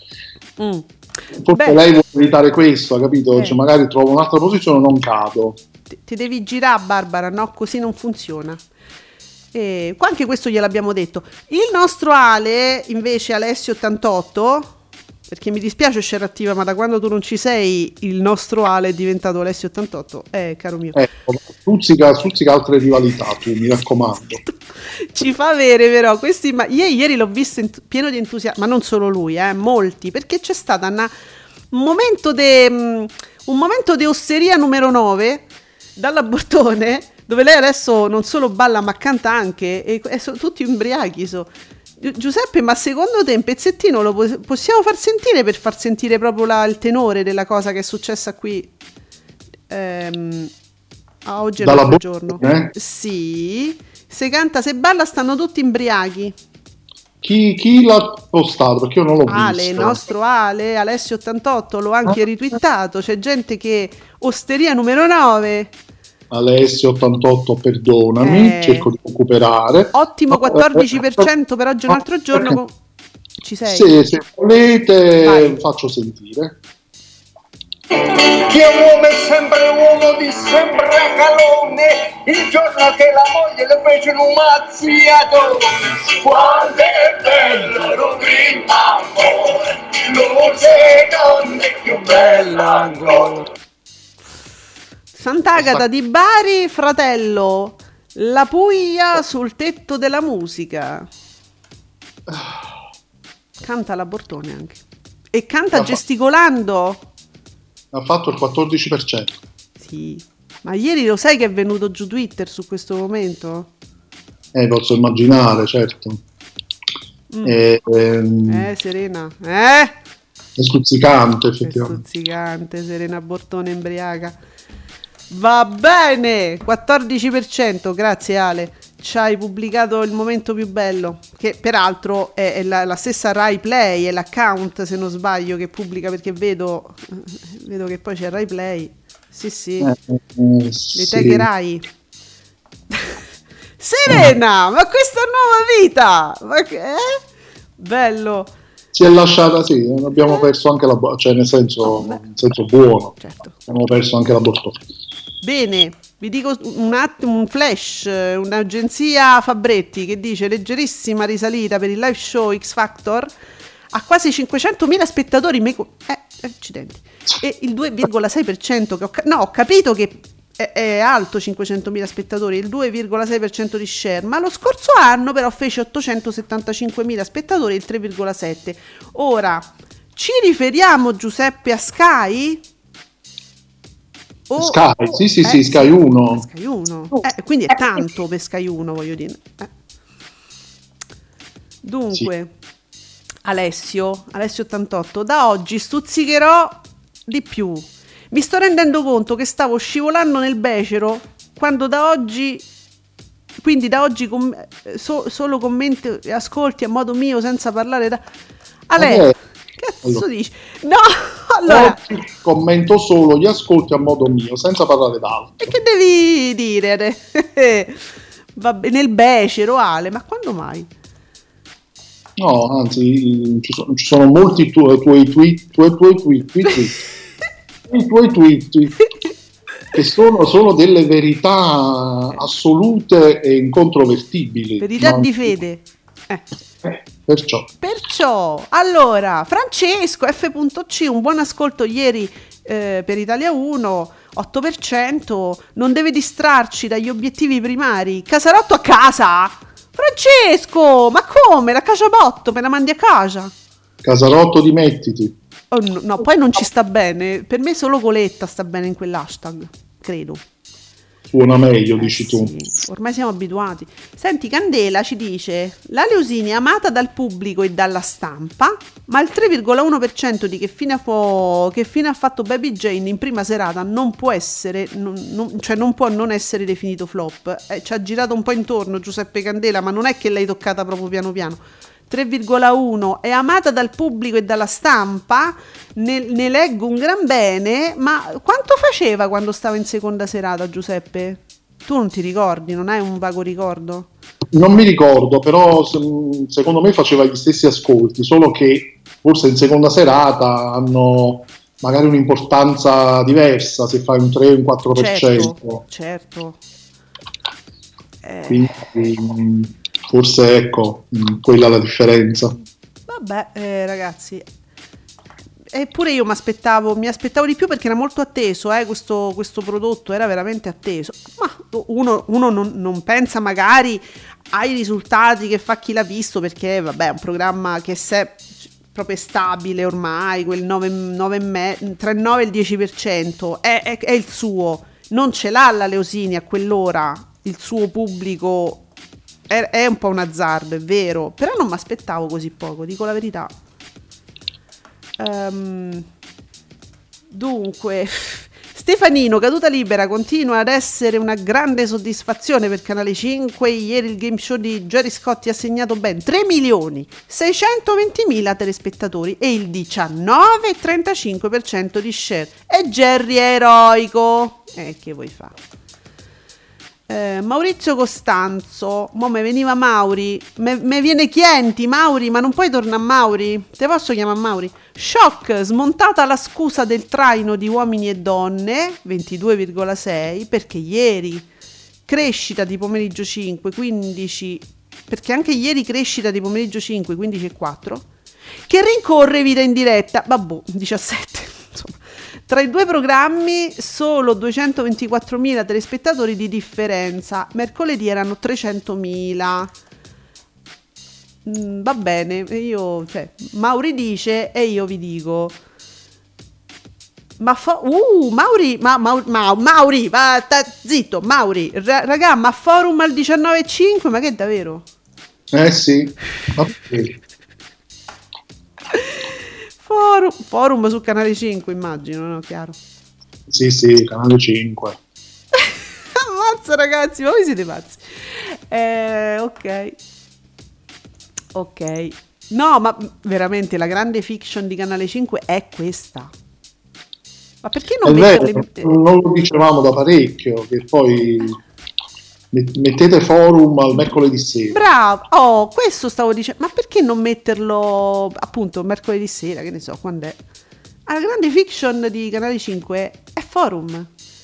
Forse lei vuole evitare questo, ha capito? Cioè, magari trovo un'altra posizione e non cado. Ti devi girare, Barbara, no? Così non funziona. Qua anche questo gliel'abbiamo detto. Il nostro Ale, invece, Alessio88, perché mi dispiace Share attiva, ma da quando tu non ci sei il nostro Ale è diventato Alessio88, caro mio. Stuzzica altre rivalità, tu, mi raccomando. Ci fa avere però questi, ma ieri l'ho visto pieno di entusiasmo, ma non solo lui, molti, perché c'è stata un momento di osteria numero 9 dalla Bortone, dove lei adesso non solo balla ma canta anche, e sono tutti ubriachi. Giuseppe, ma secondo te un pezzettino lo possiamo far sentire, per far sentire proprio il tenore della cosa che è successa qui oggi è l'altro giorno? Sì, se canta, se balla stanno tutti ubriachi. Chi l'ha postato? Perché io non l'ho Ale, visto. il nostro Ale, Alessio88, l'ho anche ritwittato. C'è gente che osteria numero 9. Alessio88, perdonami, cerco di recuperare. Ottimo 14% per oggi è un altro giorno. Ci sei? Sì, se volete. Vai. Faccio sentire. Che uomo è sempre uomo di sempre calone, il giorno che la moglie le fece un mazziato. Quando è bello Rubina amore, luce donne più bella ancora. Sant'Agata di Bari, fratello, la Puglia sul tetto della musica. Canta la Bortone anche. E canta gesticolando. Ha fatto il 14%. Sì, ma ieri lo sai che è venuto giù Twitter su questo momento? Posso immaginare, certo. Serena. È stuzzicante, effettivamente. È stuzzicante, Serena Bortone imbriaca. Va bene, 14%, grazie Ale. Ci hai pubblicato il momento più bello, che peraltro è la stessa Rai Play, è l'account, se non sbaglio, che pubblica, perché vedo che poi c'è Rai Play. Sì. Le taghe Rai. Serena, ma questa nuova vita, ma che è? Bello. Si è lasciata, sì, abbiamo perso anche cioè nel senso buono, certo. Abbiamo perso anche la Bortone. Bene, vi dico un flash, un'agenzia Fabretti che dice leggerissima risalita per il live show X Factor a quasi 500.000 spettatori, accidenti, e il 2,6% che ho capito che è alto 500.000 spettatori, il 2,6% di share, ma lo scorso anno però fece 875.000 spettatori, il 3,7%. Ora, ci riferiamo, Giuseppe, a Sky? Sky, sì, Sky 1. Sky 1. Quindi è tanto per Sky 1, voglio dire. Dunque, sì. Alessio 88, da oggi stuzzicherò di più. Mi sto rendendo conto che stavo scivolando nel becero quando da oggi solo commenti e ascolti a modo mio senza parlare da... Ale, cazzo dici? No, allora... Commento solo gli ascolti a modo mio, senza parlare d'altro. E che devi dire? Vabbè, nel becero, Ale, ma quando mai? No, anzi, ci sono molti tuoi tweet che sono delle verità assolute e incontrovertibili. Verità di fede. Perciò, allora, Francesco F.C, un buon ascolto ieri per Italia 1, 8%, non deve distrarci dagli obiettivi primari. Casarotto a casa? Francesco, ma come? La Casabotto me la mandi a casa? Casarotto, dimettiti. Oh, no, poi non ci sta bene. Per me solo Coletta sta bene in quell'hashtag, credo. Suona meglio, dici tu. Sì, ormai siamo abituati. Senti, Candela ci dice: la Leosini è amata dal pubblico e dalla stampa, ma il 3,1% di che fine ha fatto Baby Jane in prima serata non può essere, non può non essere definito flop. Ci ha girato un po' intorno Giuseppe Candela, ma non è che l'hai toccata proprio piano piano. 3,1 è amata dal pubblico e dalla stampa, ne leggo un gran bene, ma quanto faceva quando stava in seconda serata, Giuseppe? Tu non ti ricordi, non hai un vago ricordo? Non mi ricordo, però secondo me faceva gli stessi ascolti, solo che forse in seconda serata hanno magari un'importanza diversa se fai un 3 o un 4%. Certo. Quindi forse ecco, quella è la differenza. Vabbè, ragazzi, eppure io mi aspettavo di più, perché era molto atteso, questo prodotto era veramente atteso, ma uno non pensa magari ai risultati che fa chi l'ha visto, perché vabbè è un programma che è proprio stabile ormai, quel 9 tra il 9 e il 10% è il suo. non ce l'ha la Leosini a quell'ora, il suo pubblico è un po' un azzardo, è vero, però non mi aspettavo così poco, dico la verità. Dunque, Stefanino, Caduta Libera continua ad essere una grande soddisfazione per Canale 5. Ieri il game show di Gerry Scotti ha segnato ben 3.620.000 telespettatori e il 19,35% di share. E Gerry è eroico. Che vuoi fare? Maurizio Costanzo, mo me veniva Mauri, me viene Chienti, Mauri, ma non puoi tornare a Mauri? Te posso chiamare Mauri? Shock, smontata la scusa del traino di Uomini e Donne, 22,6, perché ieri crescita di pomeriggio 5, 15, perché anche ieri crescita di pomeriggio 5, 15,4, che rincorre Vita in diretta, vabbè, 17, insomma. Tra i due programmi solo 224.000 telespettatori di differenza, mercoledì erano 300.000. Va bene, io, Mauri dice e io vi dico. Mauri, zitto, Mauri, raga, ma forum al 19,5, ma che è davvero? Sì, okay. Forum su Canale 5, immagino, no? Chiaro? Sì, Canale 5. Ammazza ragazzi, ma voi siete pazzi. Ok. No, ma veramente la grande fiction di Canale 5 è questa. Ma perché non metterle... Non lo dicevamo da parecchio, che poi... Mettete forum al mercoledì sera. Bravo, questo stavo dicendo. Ma perché non metterlo appunto mercoledì sera? Che ne so, quando è? La grande fiction di Canale 5 è forum.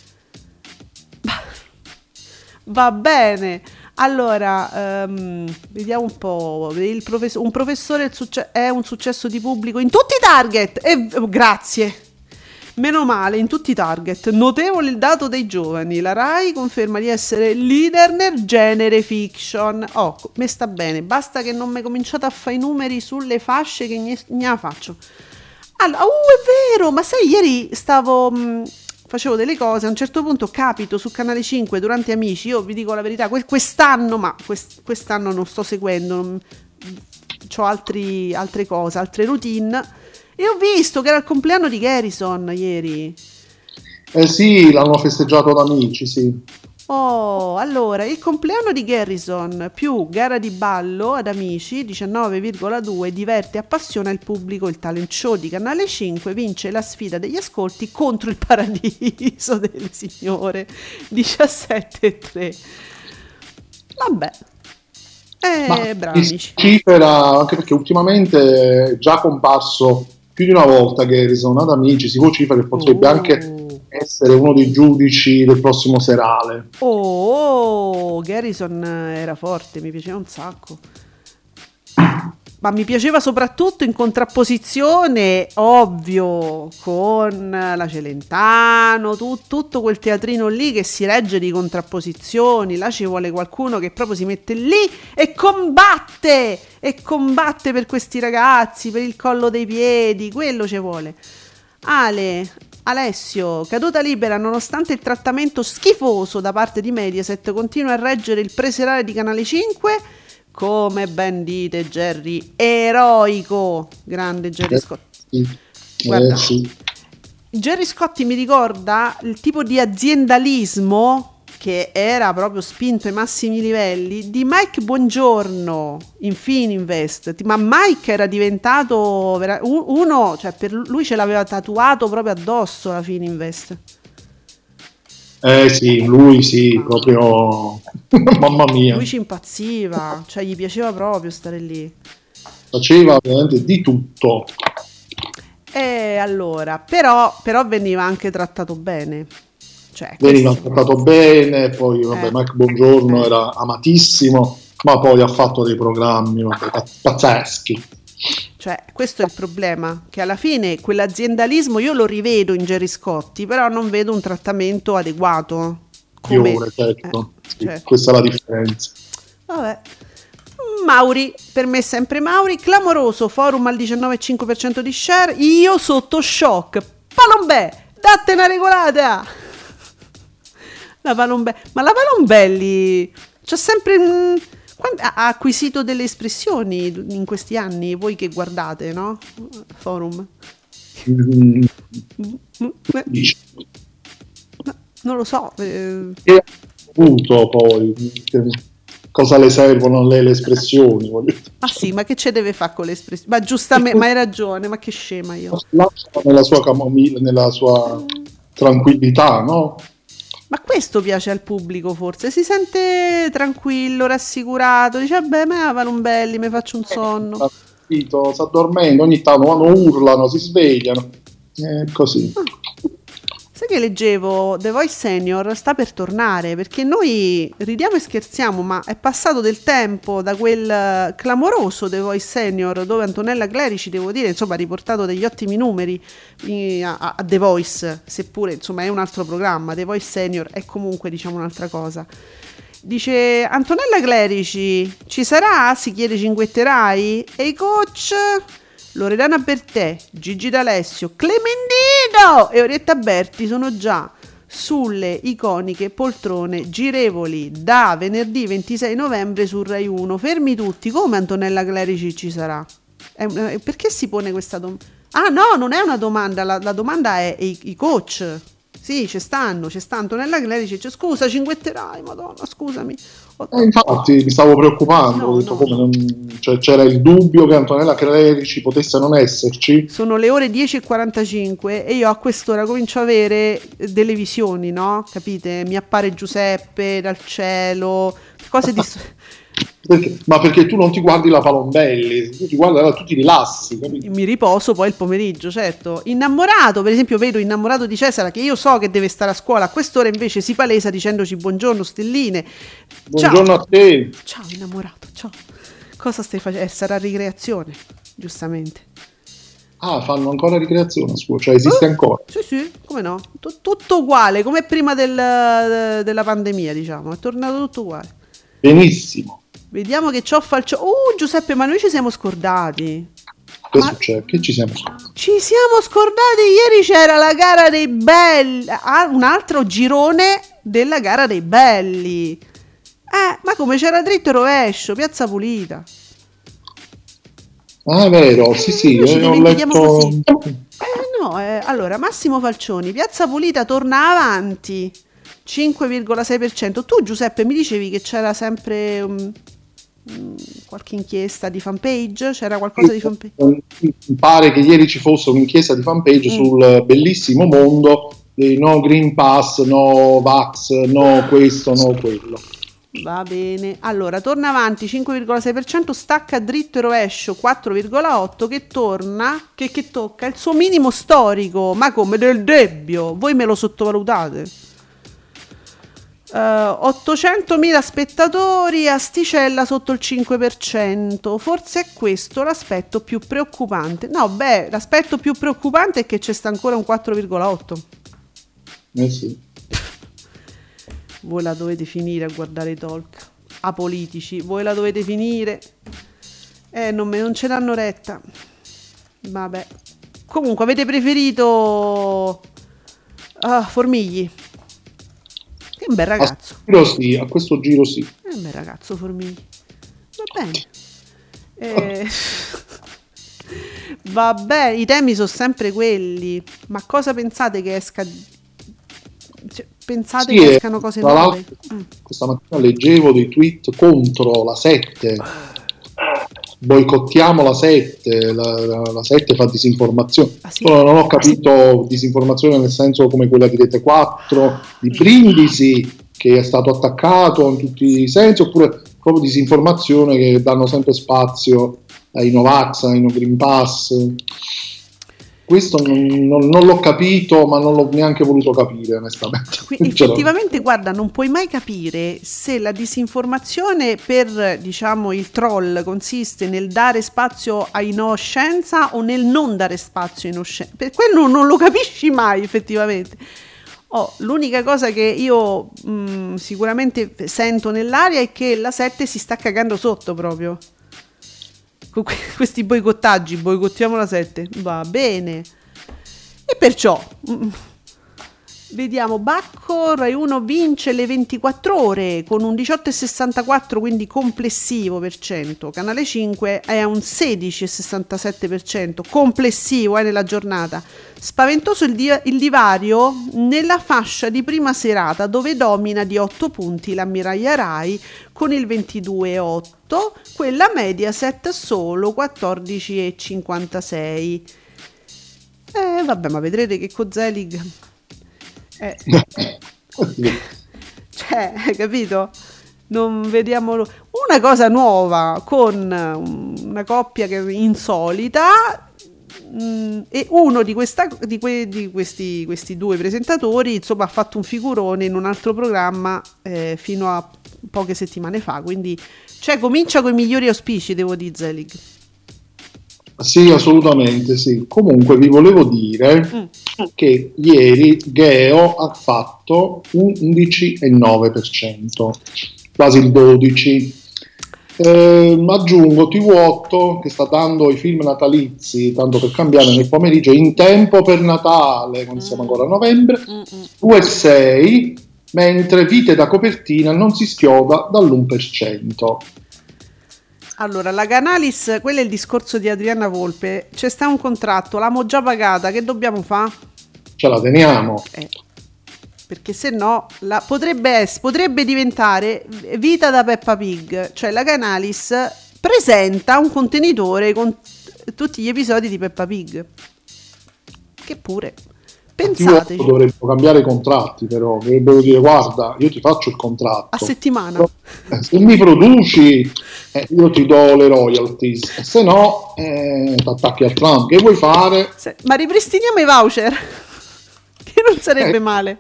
Va bene. Allora, vediamo un po'. Un professore è un successo di pubblico in tutti i target. Grazie. Meno male, in tutti i target. Notevole il dato dei giovani. La Rai conferma di essere leader nel genere fiction. Me sta bene. Basta che non mi cominciate a fare i numeri sulle fasce che ne faccio. Allora, è vero, ma sai, ieri facevo delle cose, a un certo punto capito su Canale 5 durante Amici, io vi dico la verità, quest'anno non sto seguendo, ho altre cose, altre routine. E ho visto che era il compleanno di Garrison ieri. Sì, l'hanno festeggiato ad Amici, sì. Allora, il compleanno di Garrison più gara di ballo ad Amici, 19,2, diverte e appassiona il pubblico. Il talent show di Canale 5 vince la sfida degli ascolti contro il paradiso delle signore, 17,3. Vabbè. Bravi Amici. Cifra, anche perché ultimamente è già comparso più di una volta Garrison ad Amici, si vocifera che potrebbe anche essere uno dei giudici del prossimo serale. Garrison era forte, mi piaceva un sacco, ma mi piaceva soprattutto in contrapposizione, ovvio, con la Celentano, tutto quel teatrino lì che si regge di contrapposizioni. Là ci vuole qualcuno che proprio si mette lì e combatte per questi ragazzi, per il collo dei piedi, quello ci vuole. Alessio, Caduta Libera, nonostante il trattamento schifoso da parte di Mediaset, continua a reggere il preserale di Canale 5. Come ben dite, Gerry, eroico, grande Gerry Scotti. Guarda, Gerry Scotti mi ricorda il tipo di aziendalismo che era proprio spinto ai massimi livelli di Mike Buongiorno in Fininvest. Ma Mike era diventato uno, cioè per lui ce l'aveva tatuato proprio addosso la Fininvest. Sì, lui sì, proprio mamma mia. Lui ci impazziva, cioè gli piaceva proprio stare lì. Faceva veramente di tutto. E allora, però veniva anche trattato bene. Veniva trattato bene, poi Mike Buongiorno era amatissimo, ma poi ha fatto dei programmi pazzeschi. Cioè, questo è il problema, che alla fine quell'aziendalismo io lo rivedo in Gerry Scotti, però non vedo un trattamento adeguato. Certo. Sì, questa è la differenza. Vabbè. Mauri, per me sempre Mauri, clamoroso, forum al 19,5% di share, io sotto shock. Palombè, datte una regolata! Ma la Palombelli c'ha sempre ha acquisito delle espressioni in questi anni, voi che guardate, no? Forum. Non lo so. E appunto poi cosa le servono a lei le espressioni? Ah sì, ma che ce deve fare con le espressioni? Ma giustamente, ma hai ragione, ma che scema io. Nella sua camomilla, nella sua tranquillità, no? Ma questo piace al pubblico forse, si sente tranquillo, rassicurato, dice vabbè, me Palombelli, mi faccio un sonno. Si addormentano, ogni tanto quando urlano, si svegliano, così. Sai che leggevo, The Voice Senior sta per tornare, perché noi ridiamo e scherziamo, ma è passato del tempo da quel clamoroso The Voice Senior dove Antonella Clerici, devo dire, insomma, ha riportato degli ottimi numeri a The Voice, seppure insomma è un altro programma. The Voice Senior è comunque, diciamo, un'altra cosa. Dice Antonella Clerici, ci sarà? Si chiede Cinguetterai? E i coach? Loredana Bertè, Gigi D'Alessio, Clementino e Orietta Berti sono già sulle iconiche poltrone girevoli da venerdì 26 novembre su Rai 1. Fermi tutti, come Antonella Clerici ci sarà? Perché si pone questa domanda? Ah no, non è una domanda, la domanda è i coach. Sì, ci sta Antonella Clerici, dice scusa Cinguetterai, madonna, scusami. Infatti mi stavo preoccupando, ho detto, come cioè, c'era il dubbio che Antonella Clerici potesse non esserci. Sono le ore 10:45 e io a quest'ora comincio a avere delle visioni, no? Capite? Mi appare Giuseppe dal cielo, cose di... Ma perché tu non ti guardi la Palombelli, tu ti guardi, tu ti rilassi, capito? Mi riposo poi il pomeriggio, certo. Innamorato, per esempio, vedo Innamorato di Cesara, che io so che deve stare a scuola, a quest'ora invece si palesa dicendoci buongiorno stelline. Buongiorno a te. Ciao Innamorato, ciao. Cosa stai facendo? Sarà ricreazione, giustamente. Ah, fanno ancora ricreazione a scuola, cioè esiste ancora? Sì, come no? Tutto uguale, come prima della pandemia, diciamo, è tornato tutto uguale. Benissimo. Vediamo che c'ho Giuseppe, ma noi ci siamo scordati. Che succede? Che ci siamo scordati? Ci siamo scordati, ieri c'era la gara dei belli, un altro girone della gara dei belli. Ma come c'era dritto e rovescio, Piazza Pulita. Ah, è vero, sì, ho letto... così. Allora, Massimo Falcioni, Piazza Pulita torna avanti, 5,6%. Tu Giuseppe mi dicevi che c'era sempre qualche inchiesta di fanpage, c'era qualcosa di fanpage? Mi pare che ieri ci fosse un'inchiesta di fanpage sul bellissimo mondo dei no Green Pass, no Vax, no questo, no quello. Va bene, allora torna avanti 5,6%, stacca dritto e rovescio 4,8%, che torna, che tocca il suo minimo storico, ma come del Debbio, voi me lo sottovalutate? 800.000 spettatori, asticella sotto il 5%, forse è questo l'aspetto più preoccupante. No, l'aspetto più preoccupante è che c'è sta ancora un 4,8%. Sì. Voi la dovete finire a guardare i talk apolitici, voi la dovete finire. Non ce l'hanno retta. Vabbè. Comunque avete preferito Formigli. Che è un bel ragazzo. A questo giro sì. È un bel ragazzo Formigli. Va bene. Vabbè, i temi sono sempre quelli. Ma cosa pensate che esca? Pensate che escano cose nuove? Questa mattina leggevo dei tweet contro la 7. Boicottiamo la 7. La 7 fa disinformazione. Sì? Non ho capito disinformazione nel senso come quella di Rete 4 di Brindisi, che è stato attaccato in tutti i sensi, oppure proprio disinformazione che danno sempre spazio ai Novax, ai No Green Pass. Questo non l'ho capito, ma non l'ho neanche voluto capire, onestamente. Effettivamente, guarda, non puoi mai capire se la disinformazione per, diciamo, il troll consiste nel dare spazio ai no scienza o nel non dare spazio ai no scienza. Per quello non lo capisci mai, effettivamente. L'unica cosa che io sicuramente sento nell'aria è che la 7 si sta cagando sotto proprio. Questi boicottiamo la 7, va bene, e perciò Vediamo, Bacco, Rai 1 vince le 24 ore con un 18,64, quindi complessivo per cento. Canale 5 è a un 16,67% complessivo nella giornata. Spaventoso il divario nella fascia di prima serata, dove domina di 8 punti l'ammiraglia Rai con il 22,8, quella Mediaset solo 14,56. Vabbè, ma vedrete che con Zelig cioè, capito? Non vediamo una cosa nuova con una coppia che è insolita, e uno di questi due presentatori, insomma, ha fatto un figurone in un altro programma fino a poche settimane fa, quindi comincia con i migliori auspici, devo dire, Zelig. Sì, assolutamente sì. Comunque vi volevo dire che ieri Geo ha fatto un 11,9%, quasi il 12%. Aggiungo TV8 che sta dando i film natalizi, tanto per cambiare, nel pomeriggio in tempo per Natale, quando siamo ancora a novembre, 2,6%, mentre Vite da copertina non si schioda dall'1%. Allora, la Canalis, quello è il discorso di Adriana Volpe, c'è sta un contratto, l'abbiamo già pagata, che dobbiamo fare? Ce la teniamo. Perché se no potrebbe diventare Vita da Peppa Pig, cioè la Canalis presenta un contenitore con tutti gli episodi di Peppa Pig, che pure pensateci. Dovrebbero cambiare i contratti, però dovrebbero dire: guarda, io ti faccio il contratto a settimana, se mi produci io ti do le royalties, se no ti attacchi al Trump. Che vuoi fare? Ma ripristiniamo i voucher che non sarebbe male.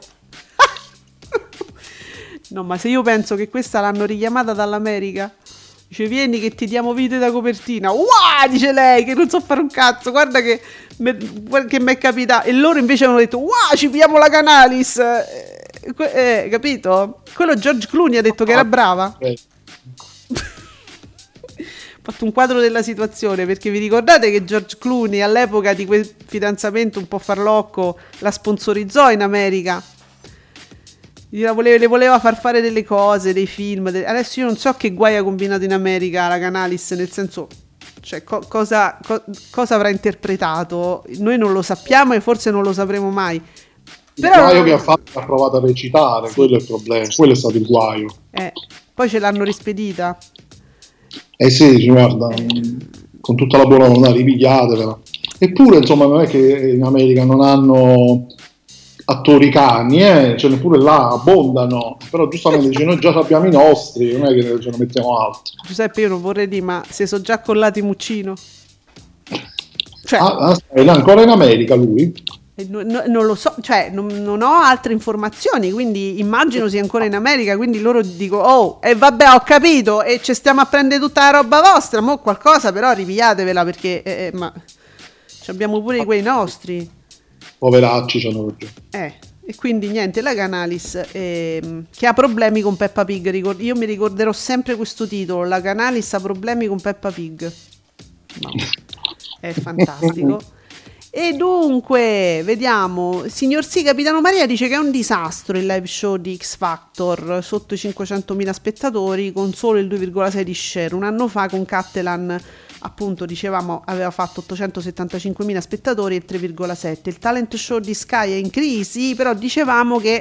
No, ma se io penso che questa l'hanno richiamata dall'America, dice: vieni che ti diamo Vite da copertina. Wow, dice lei, che non so fare un cazzo, guarda che mi è capitato. E loro invece hanno detto: wow, ci pigliamo la Canalis. Capito? Quello George Clooney ha detto che era brava. Ho fatto un quadro della situazione, perché vi ricordate che George Clooney all'epoca di quel fidanzamento un po' farlocco la sponsorizzò in America, le voleva far fare delle cose, dei film, adesso io non so che guai ha combinato in America la Canalis, nel senso, cioè cosa avrà interpretato, noi non lo sappiamo e forse non lo sapremo mai. Però il guaio che ha fatto, ha provato a recitare, sì. Quello è il problema, quello è stato il guaio. Poi ce l'hanno rispedita. Sì, guarda, con tutta la buona volontà, ripigliatevela. Eppure, insomma, non è che in America non hanno attori cani, ce ne pure là abbondano, però giustamente dice: noi già abbiamo i nostri, non è che ce ne mettiamo altri. Giuseppe, io non vorrei dire, ma se sono già collati Muccino? Cioè, è ancora in America lui? Non lo so, cioè non ho altre informazioni, quindi immagino sia ancora in America, quindi loro dico: vabbè, ho capito, e ci stiamo a prendere tutta la roba vostra, mo qualcosa però ripigliatevela, perché ma abbiamo pure quei nostri. Poveracci, c'hanno ragione. E quindi niente, la Canalis che ha problemi con Peppa Pig, io mi ricorderò sempre questo titolo: la Canalis ha problemi con Peppa Pig. No, è fantastico. E dunque, vediamo, signor sì, Capitano Maria dice che è un disastro il live show di X Factor, sotto i 500.000 spettatori con solo il 2,6 di share. Un anno fa con Cattelan, appunto, dicevamo, aveva fatto 875.000 spettatori e il 3,7. Il talent show di Sky è in crisi, però dicevamo che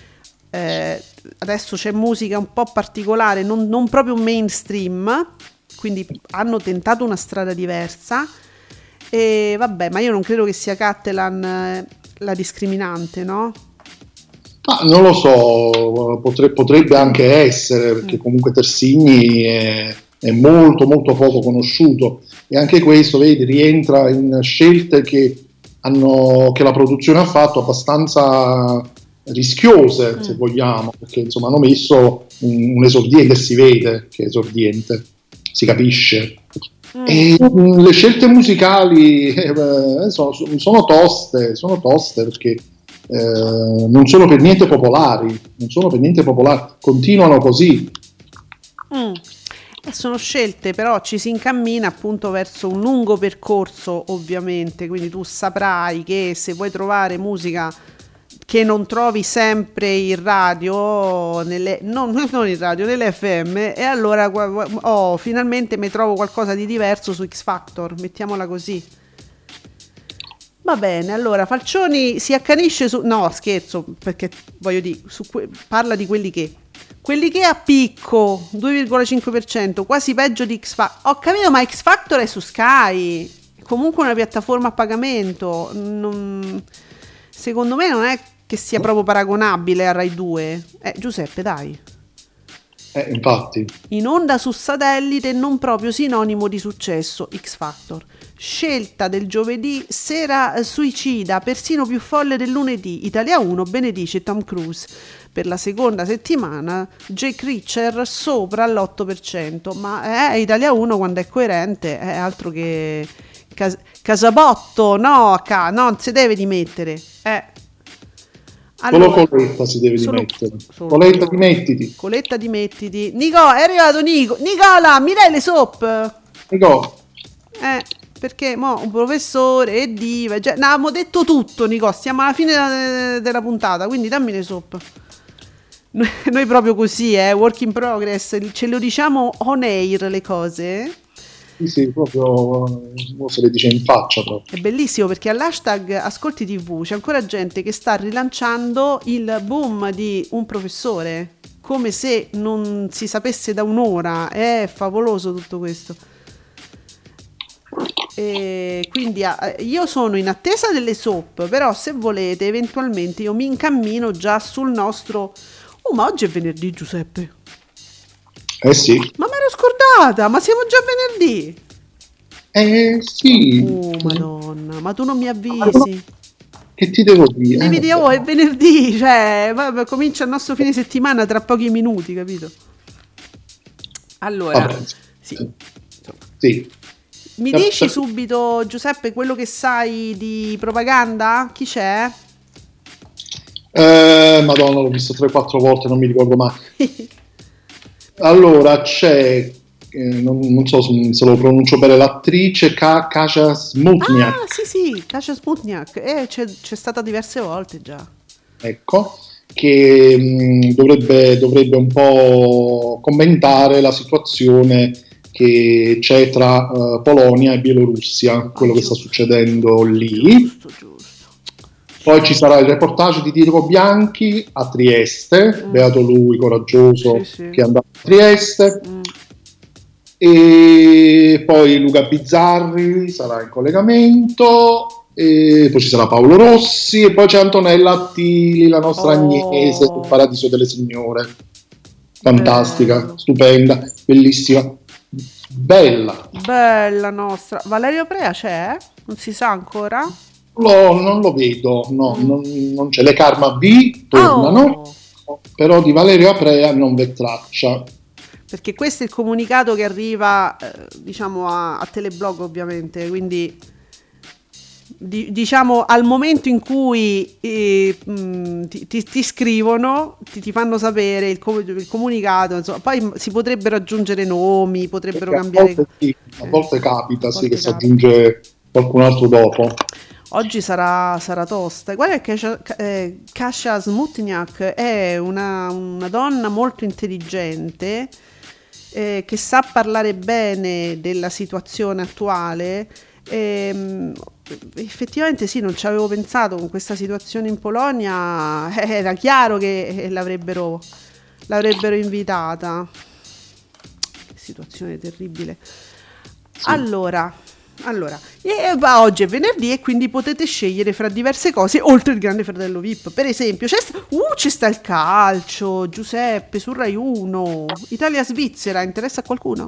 adesso c'è musica un po' particolare, non proprio mainstream, quindi hanno tentato una strada diversa. E vabbè, ma io non credo che sia Cattelan la discriminante, no? Non lo so, potrebbe anche essere, perché comunque Tersigni è molto molto poco conosciuto, e anche questo, vedi, rientra in scelte che la produzione ha fatto, abbastanza rischiose, se vogliamo, perché insomma hanno messo un esordiente, si vede che è esordiente, si capisce. E le scelte musicali sono toste perché non sono per niente popolari, continuano così. Sono scelte, però ci si incammina appunto verso un lungo percorso, ovviamente, quindi tu saprai che se vuoi trovare musica che non trovi sempre in radio, non in radio, nelle FM, e allora finalmente mi trovo qualcosa di diverso su X Factor, mettiamola così. Va bene, allora Falcioni si accanisce su... No, scherzo, perché voglio dire, parla di quelli che a picco, 2,5%, quasi peggio di X Factor. Ho capito, ma X Factor è su Sky, comunque una piattaforma a pagamento, secondo me non è che sia proprio paragonabile a Rai 2. Giuseppe, dai. Infatti. In onda su satellite non proprio sinonimo di successo, X Factor. Scelta del giovedì sera suicida, persino più folle del lunedì. Italia 1 benedice Tom Cruise. Per la seconda settimana Jake Reacher sopra l'8%. Ma Italia 1 quando è coerente è altro che Casabotto, no, non si deve dimettere. Allora, solo Coletta si deve dimettere. Coletta, dimettiti. Coletta, dimettiti. Nicola, è arrivato Nicola, mi dai le soap? Nicola. Perché mo un professore e diva, abbiamo detto tutto, Nicola, stiamo alla fine della puntata, quindi dammi le soap. Noi proprio così, work in progress, ce lo diciamo on air le cose. Sì, proprio se le dice in faccia proprio. È bellissimo perché all'hashtag Ascolti TV c'è ancora gente che sta rilanciando il boom di un professore, come se non si sapesse da un'ora. È favoloso tutto questo. E quindi io sono in attesa delle soap, però se volete eventualmente io mi incammino già sul nostro... ma oggi è venerdì, Giuseppe. Sì. Ma mi ero scordata, ma siamo già venerdì. Sì. Oh madonna, ma tu non mi avvisi. Che ti devo dire? Devi dire, è venerdì, cioè comincia il nostro fine settimana tra pochi minuti, capito? Allora, vabbè, sì. Mi Sì. dici subito, Giuseppe, quello che sai di propaganda? Chi c'è? Madonna, l'ho visto 3-4 volte, non mi ricordo mai. Allora c'è, non so se lo pronuncio bene, l'attrice Kasia Smutniak. Ah, sì, Kasia Smutniak, c'è stata diverse volte già. Ecco, che dovrebbe un po' commentare la situazione che c'è tra Polonia e Bielorussia, quello che sta succedendo lì. Giusto. Poi ci sarà il reportage di Diego Bianchi a Trieste, beato lui, coraggioso, sì. che è andato a Trieste. E poi Luca Bizzarri sarà in collegamento, e poi ci sarà Paolo Rossi, e poi c'è Antonella Attili, la nostra Agnese del Paradiso delle Signore. Fantastica, stupenda, bellissima, bella nostra. Valerio Prea c'è? Non si sa ancora? Non lo vedo, no, non c'è. Le Karma V tornano, però di Valerio Aprea non v'è traccia. Perché questo è il comunicato che arriva, diciamo, a Teleblog, ovviamente, quindi diciamo al momento in cui ti scrivono, ti fanno sapere il comunicato, insomma, poi si potrebbero aggiungere nomi, potrebbero cambiare. A volte capita, sì, che si aggiunge qualcun altro dopo. Oggi sarà tosta. Guarda che Kasia Smutniak è una donna molto intelligente, che sa parlare bene della situazione attuale. Effettivamente sì, non ci avevo pensato. Con questa situazione in Polonia era chiaro che l'avrebbero invitata. Che situazione terribile. Sì. Allora, oggi è venerdì e quindi potete scegliere fra diverse cose oltre il Grande Fratello VIP. Per esempio c'è sta il calcio, Giuseppe, su Rai 1, Italia-Svizzera, interessa a qualcuno?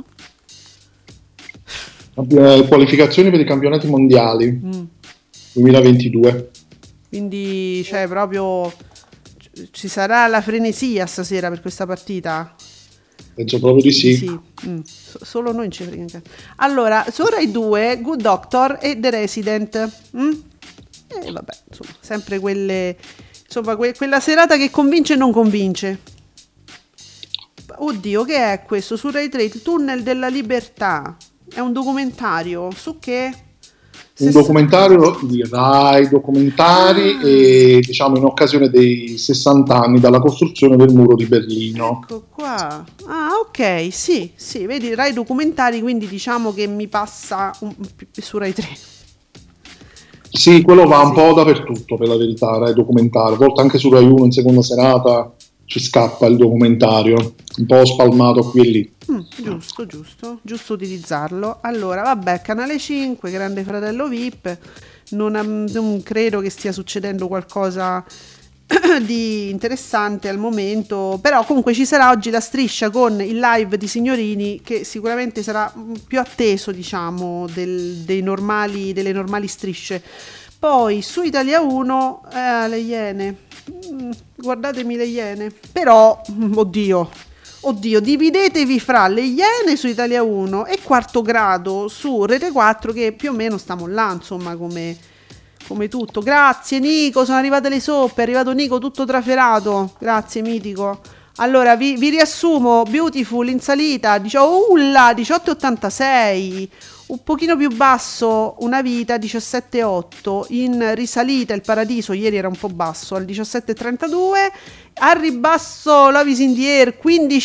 Qualificazioni per i campionati mondiali 2022. Quindi proprio ci sarà la frenesia stasera per questa partita? Penso proprio di sì. Solo noi ci frega. Allora, su Rai 2, Good Doctor e The Resident. E vabbè, insomma, sempre quelle. Insomma, quella serata che convince e non convince. Oddio, che è questo? Su Rai 3, Il tunnel della libertà. È un documentario su che? un documentario di Rai Documentari e diciamo in occasione dei 60 anni dalla costruzione del muro di Berlino. Ecco qua. Ah, ok, sì, vedi, Rai Documentari, quindi diciamo che mi passa su Rai 3. Sì, quello va un po' dappertutto, per la verità, Rai Documentari. A volte anche su Rai 1 in seconda serata ci scappa il documentario, un po' spalmato qui e lì. Giusto utilizzarlo. Allora, vabbè, Canale 5, Grande Fratello VIP, non credo che stia succedendo qualcosa di interessante al momento, però comunque ci sarà oggi la striscia con il live di Signorini, che sicuramente sarà più atteso, diciamo, delle normali strisce. Poi su Italia 1 le Iene, guardatemi le Iene, però oddio, dividetevi fra le Iene su Italia 1 e Quarto Grado su Rete 4, che più o meno stiamo là, insomma, come tutto. Grazie Nico, sono arrivate le soppe, è arrivato Nico tutto trafelato, grazie mitico. Allora vi riassumo: Beautiful in salita 18,86, un pochino più basso Una vita 17,8, in risalita Il Paradiso, ieri era un po' basso al 17,32, al ribasso Love is in the Air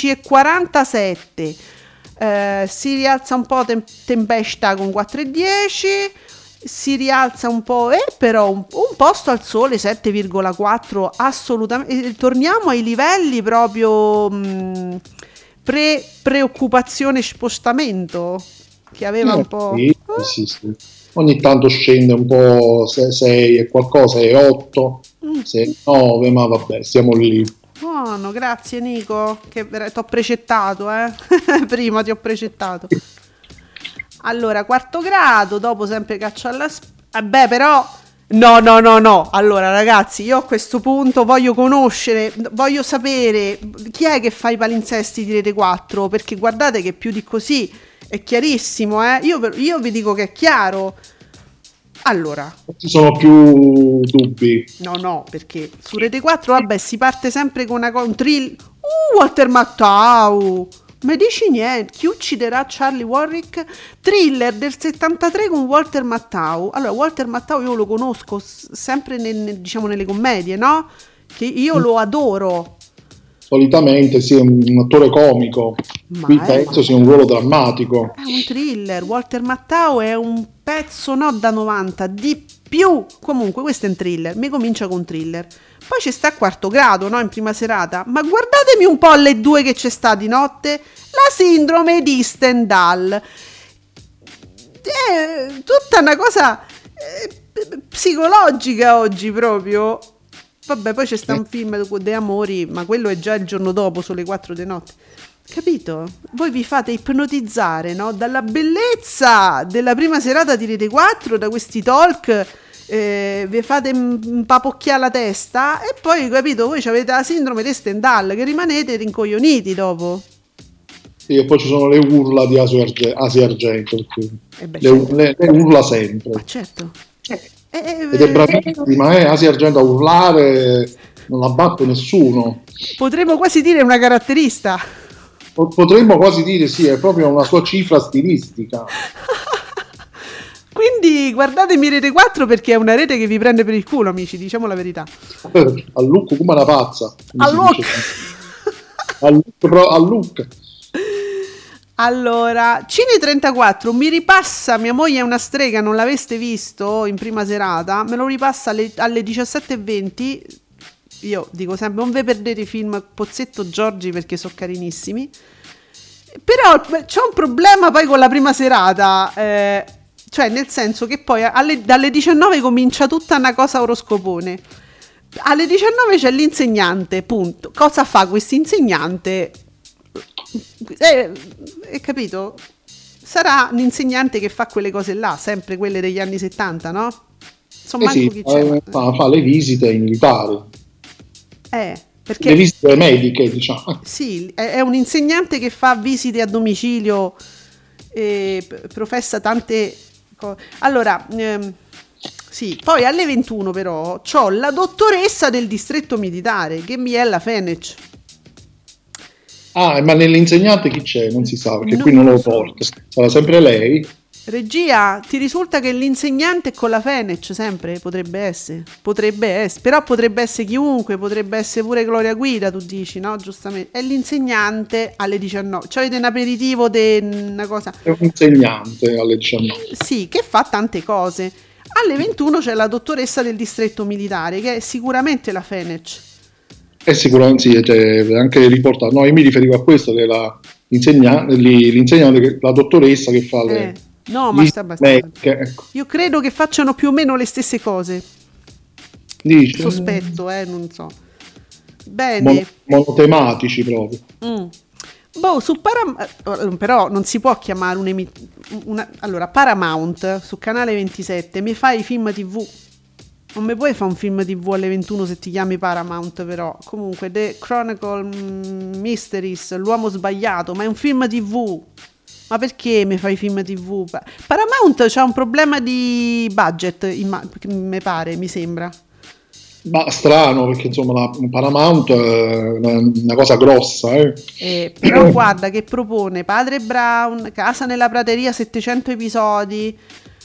15,47, si rialza un po' Tempesta con 4,10, si rialza un po', però un posto al sole 7,4, assolutamente. Torniamo ai livelli proprio preoccupazione spostamento che aveva un po'. Sì. Ogni tanto scende un po', 6 e qualcosa, e 8, 6, 9, ma vabbè, siamo lì. Buono, grazie Nico, che ti ho precettato, prima ti ho precettato. Allora, Quarto Grado, dopo sempre Caccia alla vabbè, però no. Allora, ragazzi, io a questo punto voglio sapere chi è che fa i palinsesti di Rete 4, perché guardate che più di così è chiarissimo, Io vi dico che è chiaro. Allora, ci sono più dubbi. No, perché su Rete 4, vabbè, si parte sempre con un thrill. Walter Matthau. Ma dici niente, chi ucciderà Charlie Warwick? Thriller del 73 con Walter Matthau. Allora, Walter Matthau io lo conosco sempre diciamo nelle commedie, no? Che io lo adoro. Solitamente sì, è un attore comico. Qui penso sia un ruolo drammatico. È un thriller. Walter Matthau è un pezzo da 90, di più. Comunque questo è un thriller, mi comincia con thriller. Poi c'è sta Quarto Grado, no? In prima serata. Ma guardatemi un po' alle 2 che c'è sta di notte. La sindrome di Stendhal. È tutta una cosa psicologica oggi proprio. Vabbè, poi c'è sta un film De Amori, ma quello è già il giorno dopo, sulle 4 di notte. Capito? Voi vi fate ipnotizzare, no? Dalla bellezza della prima serata di Rete 4, da questi talk, vi fate impapocchiare la testa e poi, capito, voi avete la sindrome di Stendhal, che rimanete rincoglioniti dopo. Sì, e poi ci sono le urla di Asia Argento, le urla sempre. Ma certo. Ed è bravissima, Asia Argento a urlare, non la batte nessuno. Potremmo quasi dire una caratterista. Potremmo quasi dire, sì, è proprio una sua cifra stilistica. Quindi guardatemi Rete 4, perché è una rete che vi prende per il culo, amici, diciamo la verità. Al look come una pazza. Al look. Allora, Cine 34 mi ripassa, mia moglie è una strega, non l'aveste visto in prima serata, me lo ripassa alle 17:20. Io dico sempre, non ve perdete i film Pozzetto Giorgi, perché sono carinissimi. Però c'è un problema poi con la prima serata, cioè nel senso che poi dalle 19 comincia tutta una cosa oroscopone. Alle 19 c'è l'insegnante, punto. Cosa fa questo insegnante? Capito? Sarà un insegnante che fa quelle cose là, sempre quelle degli anni 70, no? Insomma, sì, fa le visite ai militari. Perché le visite mediche, diciamo. Sì, è un insegnante che fa visite a domicilio e professa tante cose. Allora, sì, poi alle 21 però c'ho la dottoressa del distretto militare, che mi è la Fenech. Ma nell'insegnante chi c'è? Non si sa, perché qui non lo porta. Sarà sempre lei? Regia, ti risulta che l'insegnante è con la Fenech sempre? Potrebbe essere, però potrebbe essere chiunque, potrebbe essere pure Gloria Guida, tu dici, no? Giustamente, è l'insegnante alle 19, cioè avete un aperitivo una cosa. È un insegnante alle 19. Sì, che fa tante cose. Alle 21 c'è la dottoressa del distretto militare, che è sicuramente la Fenech. Sicuramente sì, cioè, anche riportato. No, io mi riferivo a questo, che l'insegnante, la dottoressa che fa le... No, ma sta abbastanza. Ecco. Io credo che facciano più o meno le stesse cose. Dici? Sospetto, non so. Bene. Monotematici proprio. Boh, su però non si può chiamare allora, Paramount su canale 27 mi fa i film TV. Non mi puoi fare un film TV alle 21 se ti chiami Paramount, però. Comunque, The Chronicle Mysteries, L'uomo sbagliato, ma è un film TV. Ma perché mi fai film TV? Paramount c'ha un problema di budget, mi sembra. Ma strano, perché insomma la Paramount è una cosa grossa. Però guarda che propone Padre Brown, Casa nella prateria, 700 episodi.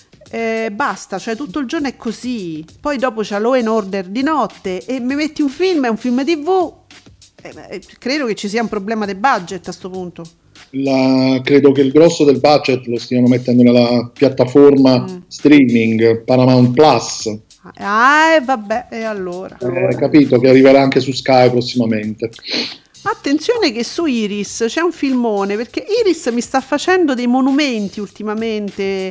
Basta, cioè tutto il giorno è così. Poi dopo c'ha Law and Order di notte e mi metti un film, è un film TV. Credo che ci sia un problema di budget a sto punto. Credo che il grosso del budget lo stiano mettendo nella piattaforma streaming Paramount Plus. Vabbè, e allora? Capito che arriverà anche su Sky prossimamente. Attenzione che su Iris c'è un filmone, perché Iris mi sta facendo dei monumenti ultimamente.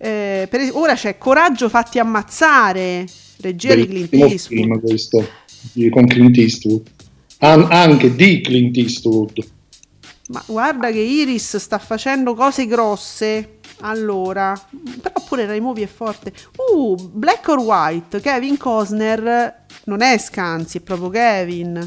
Ora c'è Coraggio fatti ammazzare, regia di Clint Eastwood. Film questo, con Clint Eastwood. Anche di Clint Eastwood. Ma guarda che Iris sta facendo cose grosse. Allora, però pure Rai Movie è forte. Black or White, Kevin Costner. Non è Scanzi, è proprio Kevin.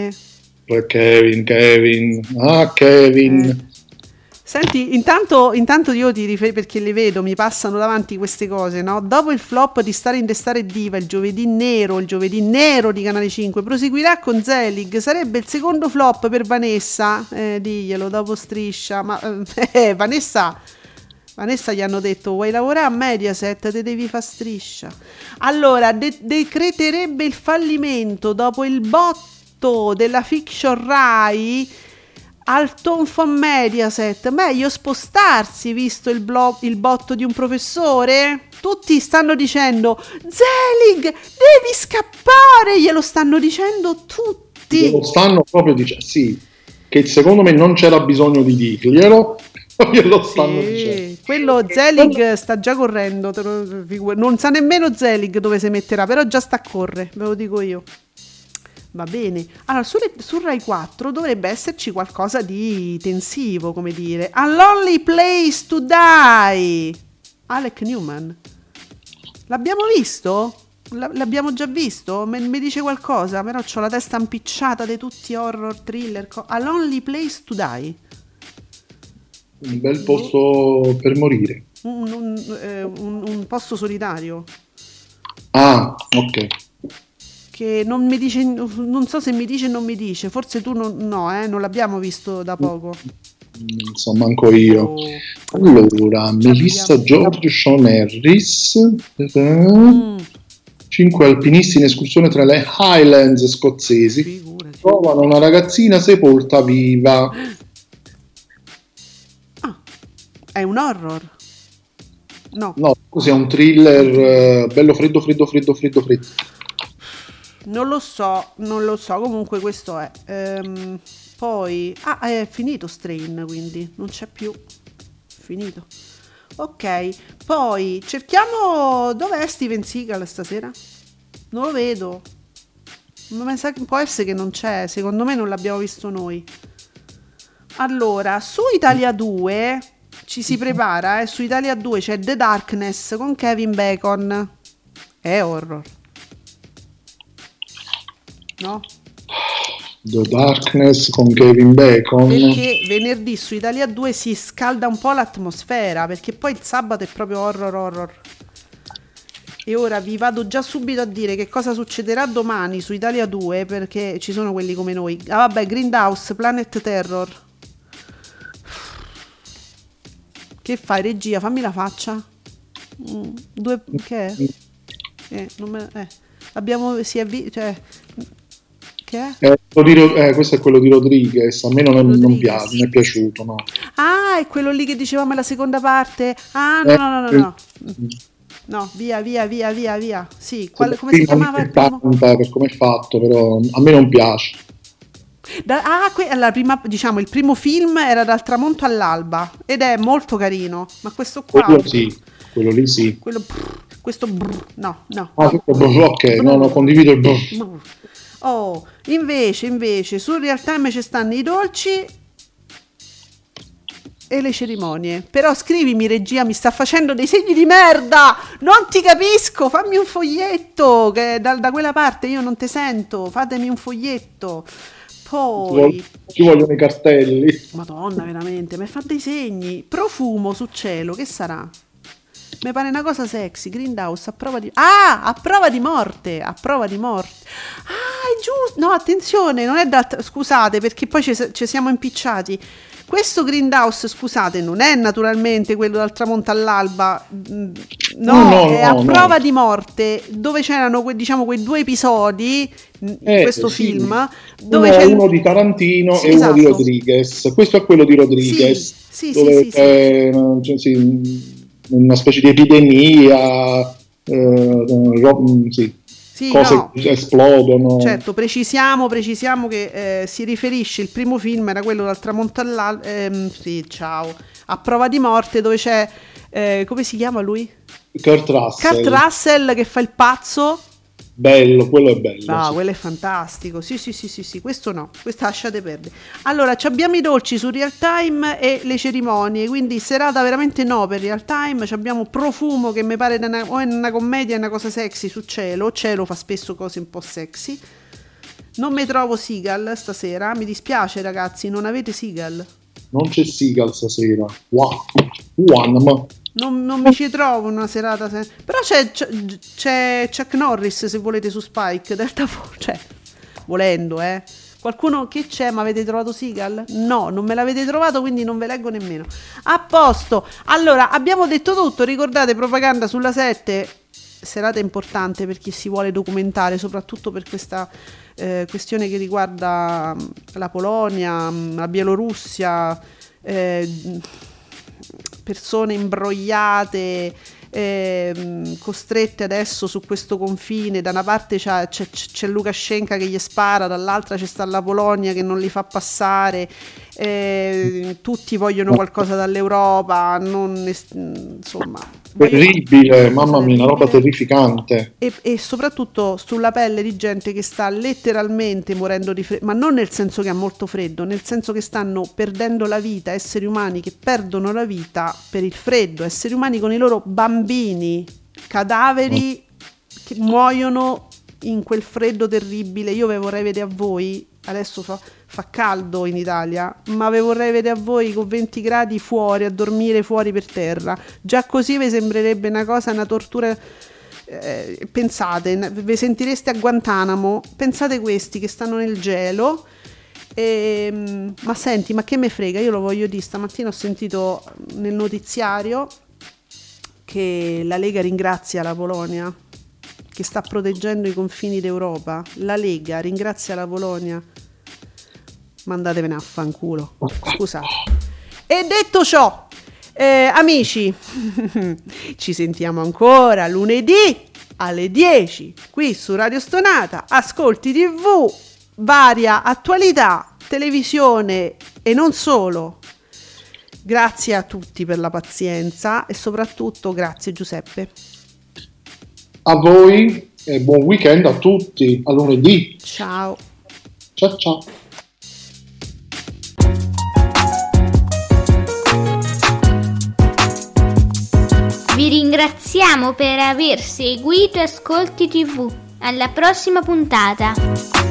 Kevin. Senti, intanto io ti riferisco, perché le vedo, mi passano davanti queste cose, no? Dopo il flop di Stare in Destare Diva, il giovedì nero di Canale 5, proseguirà con Zelig, sarebbe il secondo flop per Vanessa, diglielo, dopo Striscia, ma Vanessa gli hanno detto, vuoi lavorare a Mediaset, te devi fare Striscia. Allora, decreterebbe il fallimento dopo il botto della fiction Rai al tonfo Mediaset. Meglio spostarsi, visto il botto di un professore? Tutti stanno dicendo Zelig, devi scappare, glielo stanno dicendo tutti. Glielo stanno proprio dicendo, sì, che secondo me non c'era bisogno di dirglielo, glielo stanno dicendo. Quello Zelig sta già correndo, non sa nemmeno Zelig dove si metterà, però già sta a correre, ve lo dico io. Va bene. Allora, su Rai 4 dovrebbe esserci qualcosa di tensivo, come dire. A Lonely Place to Die. Alec Newman. L'abbiamo visto? L'abbiamo già visto? Mi dice qualcosa, però ho la testa impicciata di tutti horror, thriller. A Lonely Place to Die. Un bel posto per morire. Un posto solitario. Ah, ok. Che non mi dice, non so se mi dice o non mi dice, forse tu non l'abbiamo visto da poco. Insomma, manco io. Allora, Melissa George, Sean Harris, 5 alpinisti in escursione tra le Highlands scozzesi trovano una ragazzina sepolta viva. È un horror? No, così è un thriller bello freddo. Non lo so, comunque questo è. Poi è finito Strain, quindi non c'è più. Finito. Ok, poi cerchiamo. Dov'è Steven Seagal stasera? Non lo vedo. Ma può essere che non c'è, secondo me non l'abbiamo visto noi. Allora, su Italia 2 ci si prepara, su Italia 2 c'è The Darkness con Kevin Bacon. È horror. No? The Darkness con Kevin Bacon. Perché venerdì su Italia 2 si scalda un po' l'atmosfera, perché poi il sabato è proprio horror. E ora vi vado già subito a dire che cosa succederà domani su Italia 2, perché ci sono quelli come noi. Grindhouse, Planet Terror. Che fai, regia? Fammi la faccia. Che è? Abbiamo cioè, che è? Questo è quello di Rodriguez. A me non piace, mi è piaciuto, no. Ah, è quello lì che dicevamo la seconda parte. Ah, no. No, via. Sì, come si chiamava il primo? Per come è fatto, però a me non piace. Diciamo, il primo film era Dal tramonto all'alba ed è molto carino, ma questo qua... Quello lì sì. Questo no. Ok, no, condivido il Oh, invece su Real Time ci stanno i dolci e le cerimonie. Però scrivimi, regia, mi sta facendo dei segni di merda, non ti capisco, fammi un foglietto, che da quella parte io non te sento, fatemi un foglietto. Poi ci vogliono i cartelli. Madonna, veramente, mi fa dei segni. Profumo su cielo, che sarà? Mi pare una cosa sexy. Grindhouse a prova di morte. Ah, è giusto. No, attenzione, non è scusate, perché poi ci siamo impicciati. Questo Grindhouse, scusate, non è naturalmente quello Dal tramonto all'alba. No, è A prova di morte, dove c'erano quei due episodi in questo film. Dove c'è uno di Tarantino e esatto. Uno di Rodriguez. Questo è quello di Rodriguez. Sì. Una specie di epidemia, cose che esplodono. Certo, precisiamo che si riferisce, il primo film era quello Dal tramonto all'alba, A prova di morte, dove c'è come si chiama lui? Kurt Russell che fa il pazzo. Bello, quello è bello. No, quello è fantastico. Sì, questo no, questa lasciate perdere. Allora, abbiamo i dolci su Real Time e le cerimonie, quindi serata veramente no per Real Time. Abbiamo Profumo, che mi pare o è una commedia, è una cosa sexy su Cielo fa spesso cose un po' sexy. Non mi trovo Seagal stasera, mi dispiace ragazzi, non avete Seagal? Non c'è Seagal stasera. Wow. Non mi ci trovo una serata però c'è Chuck Norris, se volete, su Spike Delta Force, cioè volendo, qualcuno che c'è, ma avete trovato Seagal? No, non me l'avete trovato, quindi non ve leggo nemmeno. A posto. Allora, abbiamo detto tutto. Ricordate, propaganda sulla 7, serata importante per chi si vuole documentare, soprattutto per questa questione che riguarda la Polonia, la Bielorussia, persone imbrogliate, costrette adesso su questo confine. Da una parte c'è Lukashenko che gli spara, dall'altra c'è sta la Polonia che non li fa passare, tutti vogliono qualcosa dall'Europa, insomma terribile, mamma mia, una roba terrificante, e soprattutto sulla pelle di gente che sta letteralmente morendo di freddo, ma non nel senso che ha molto freddo, nel senso che stanno perdendo la vita, esseri umani che perdono la vita per il freddo, esseri umani con i loro bambini, cadaveri che muoiono in quel freddo terribile. Io ve vorrei vedere a voi, adesso fa caldo in Italia, ma ve vorrei vedere a voi con 20 gradi fuori, a dormire fuori per terra. Già così vi sembrerebbe una cosa, una tortura. Pensate, vi sentireste a Guantanamo. Pensate questi che stanno nel gelo. Ma senti, ma che me frega, io lo voglio dire. Stamattina ho sentito nel notiziario che la Lega ringrazia la Polonia, che sta proteggendo i confini d'Europa. La Lega ringrazia la Polonia. Mandatevene a fanculo, scusate. E detto ciò, amici, ci sentiamo ancora lunedì alle 10 qui su Radio Stonata. Ascolti TV, varia attualità, televisione e non solo. Grazie a tutti per la pazienza e soprattutto grazie Giuseppe. A voi e buon weekend a tutti, a lunedì. Ciao. Ciao. Vi ringraziamo per aver seguito Ascolti TV. Alla prossima puntata.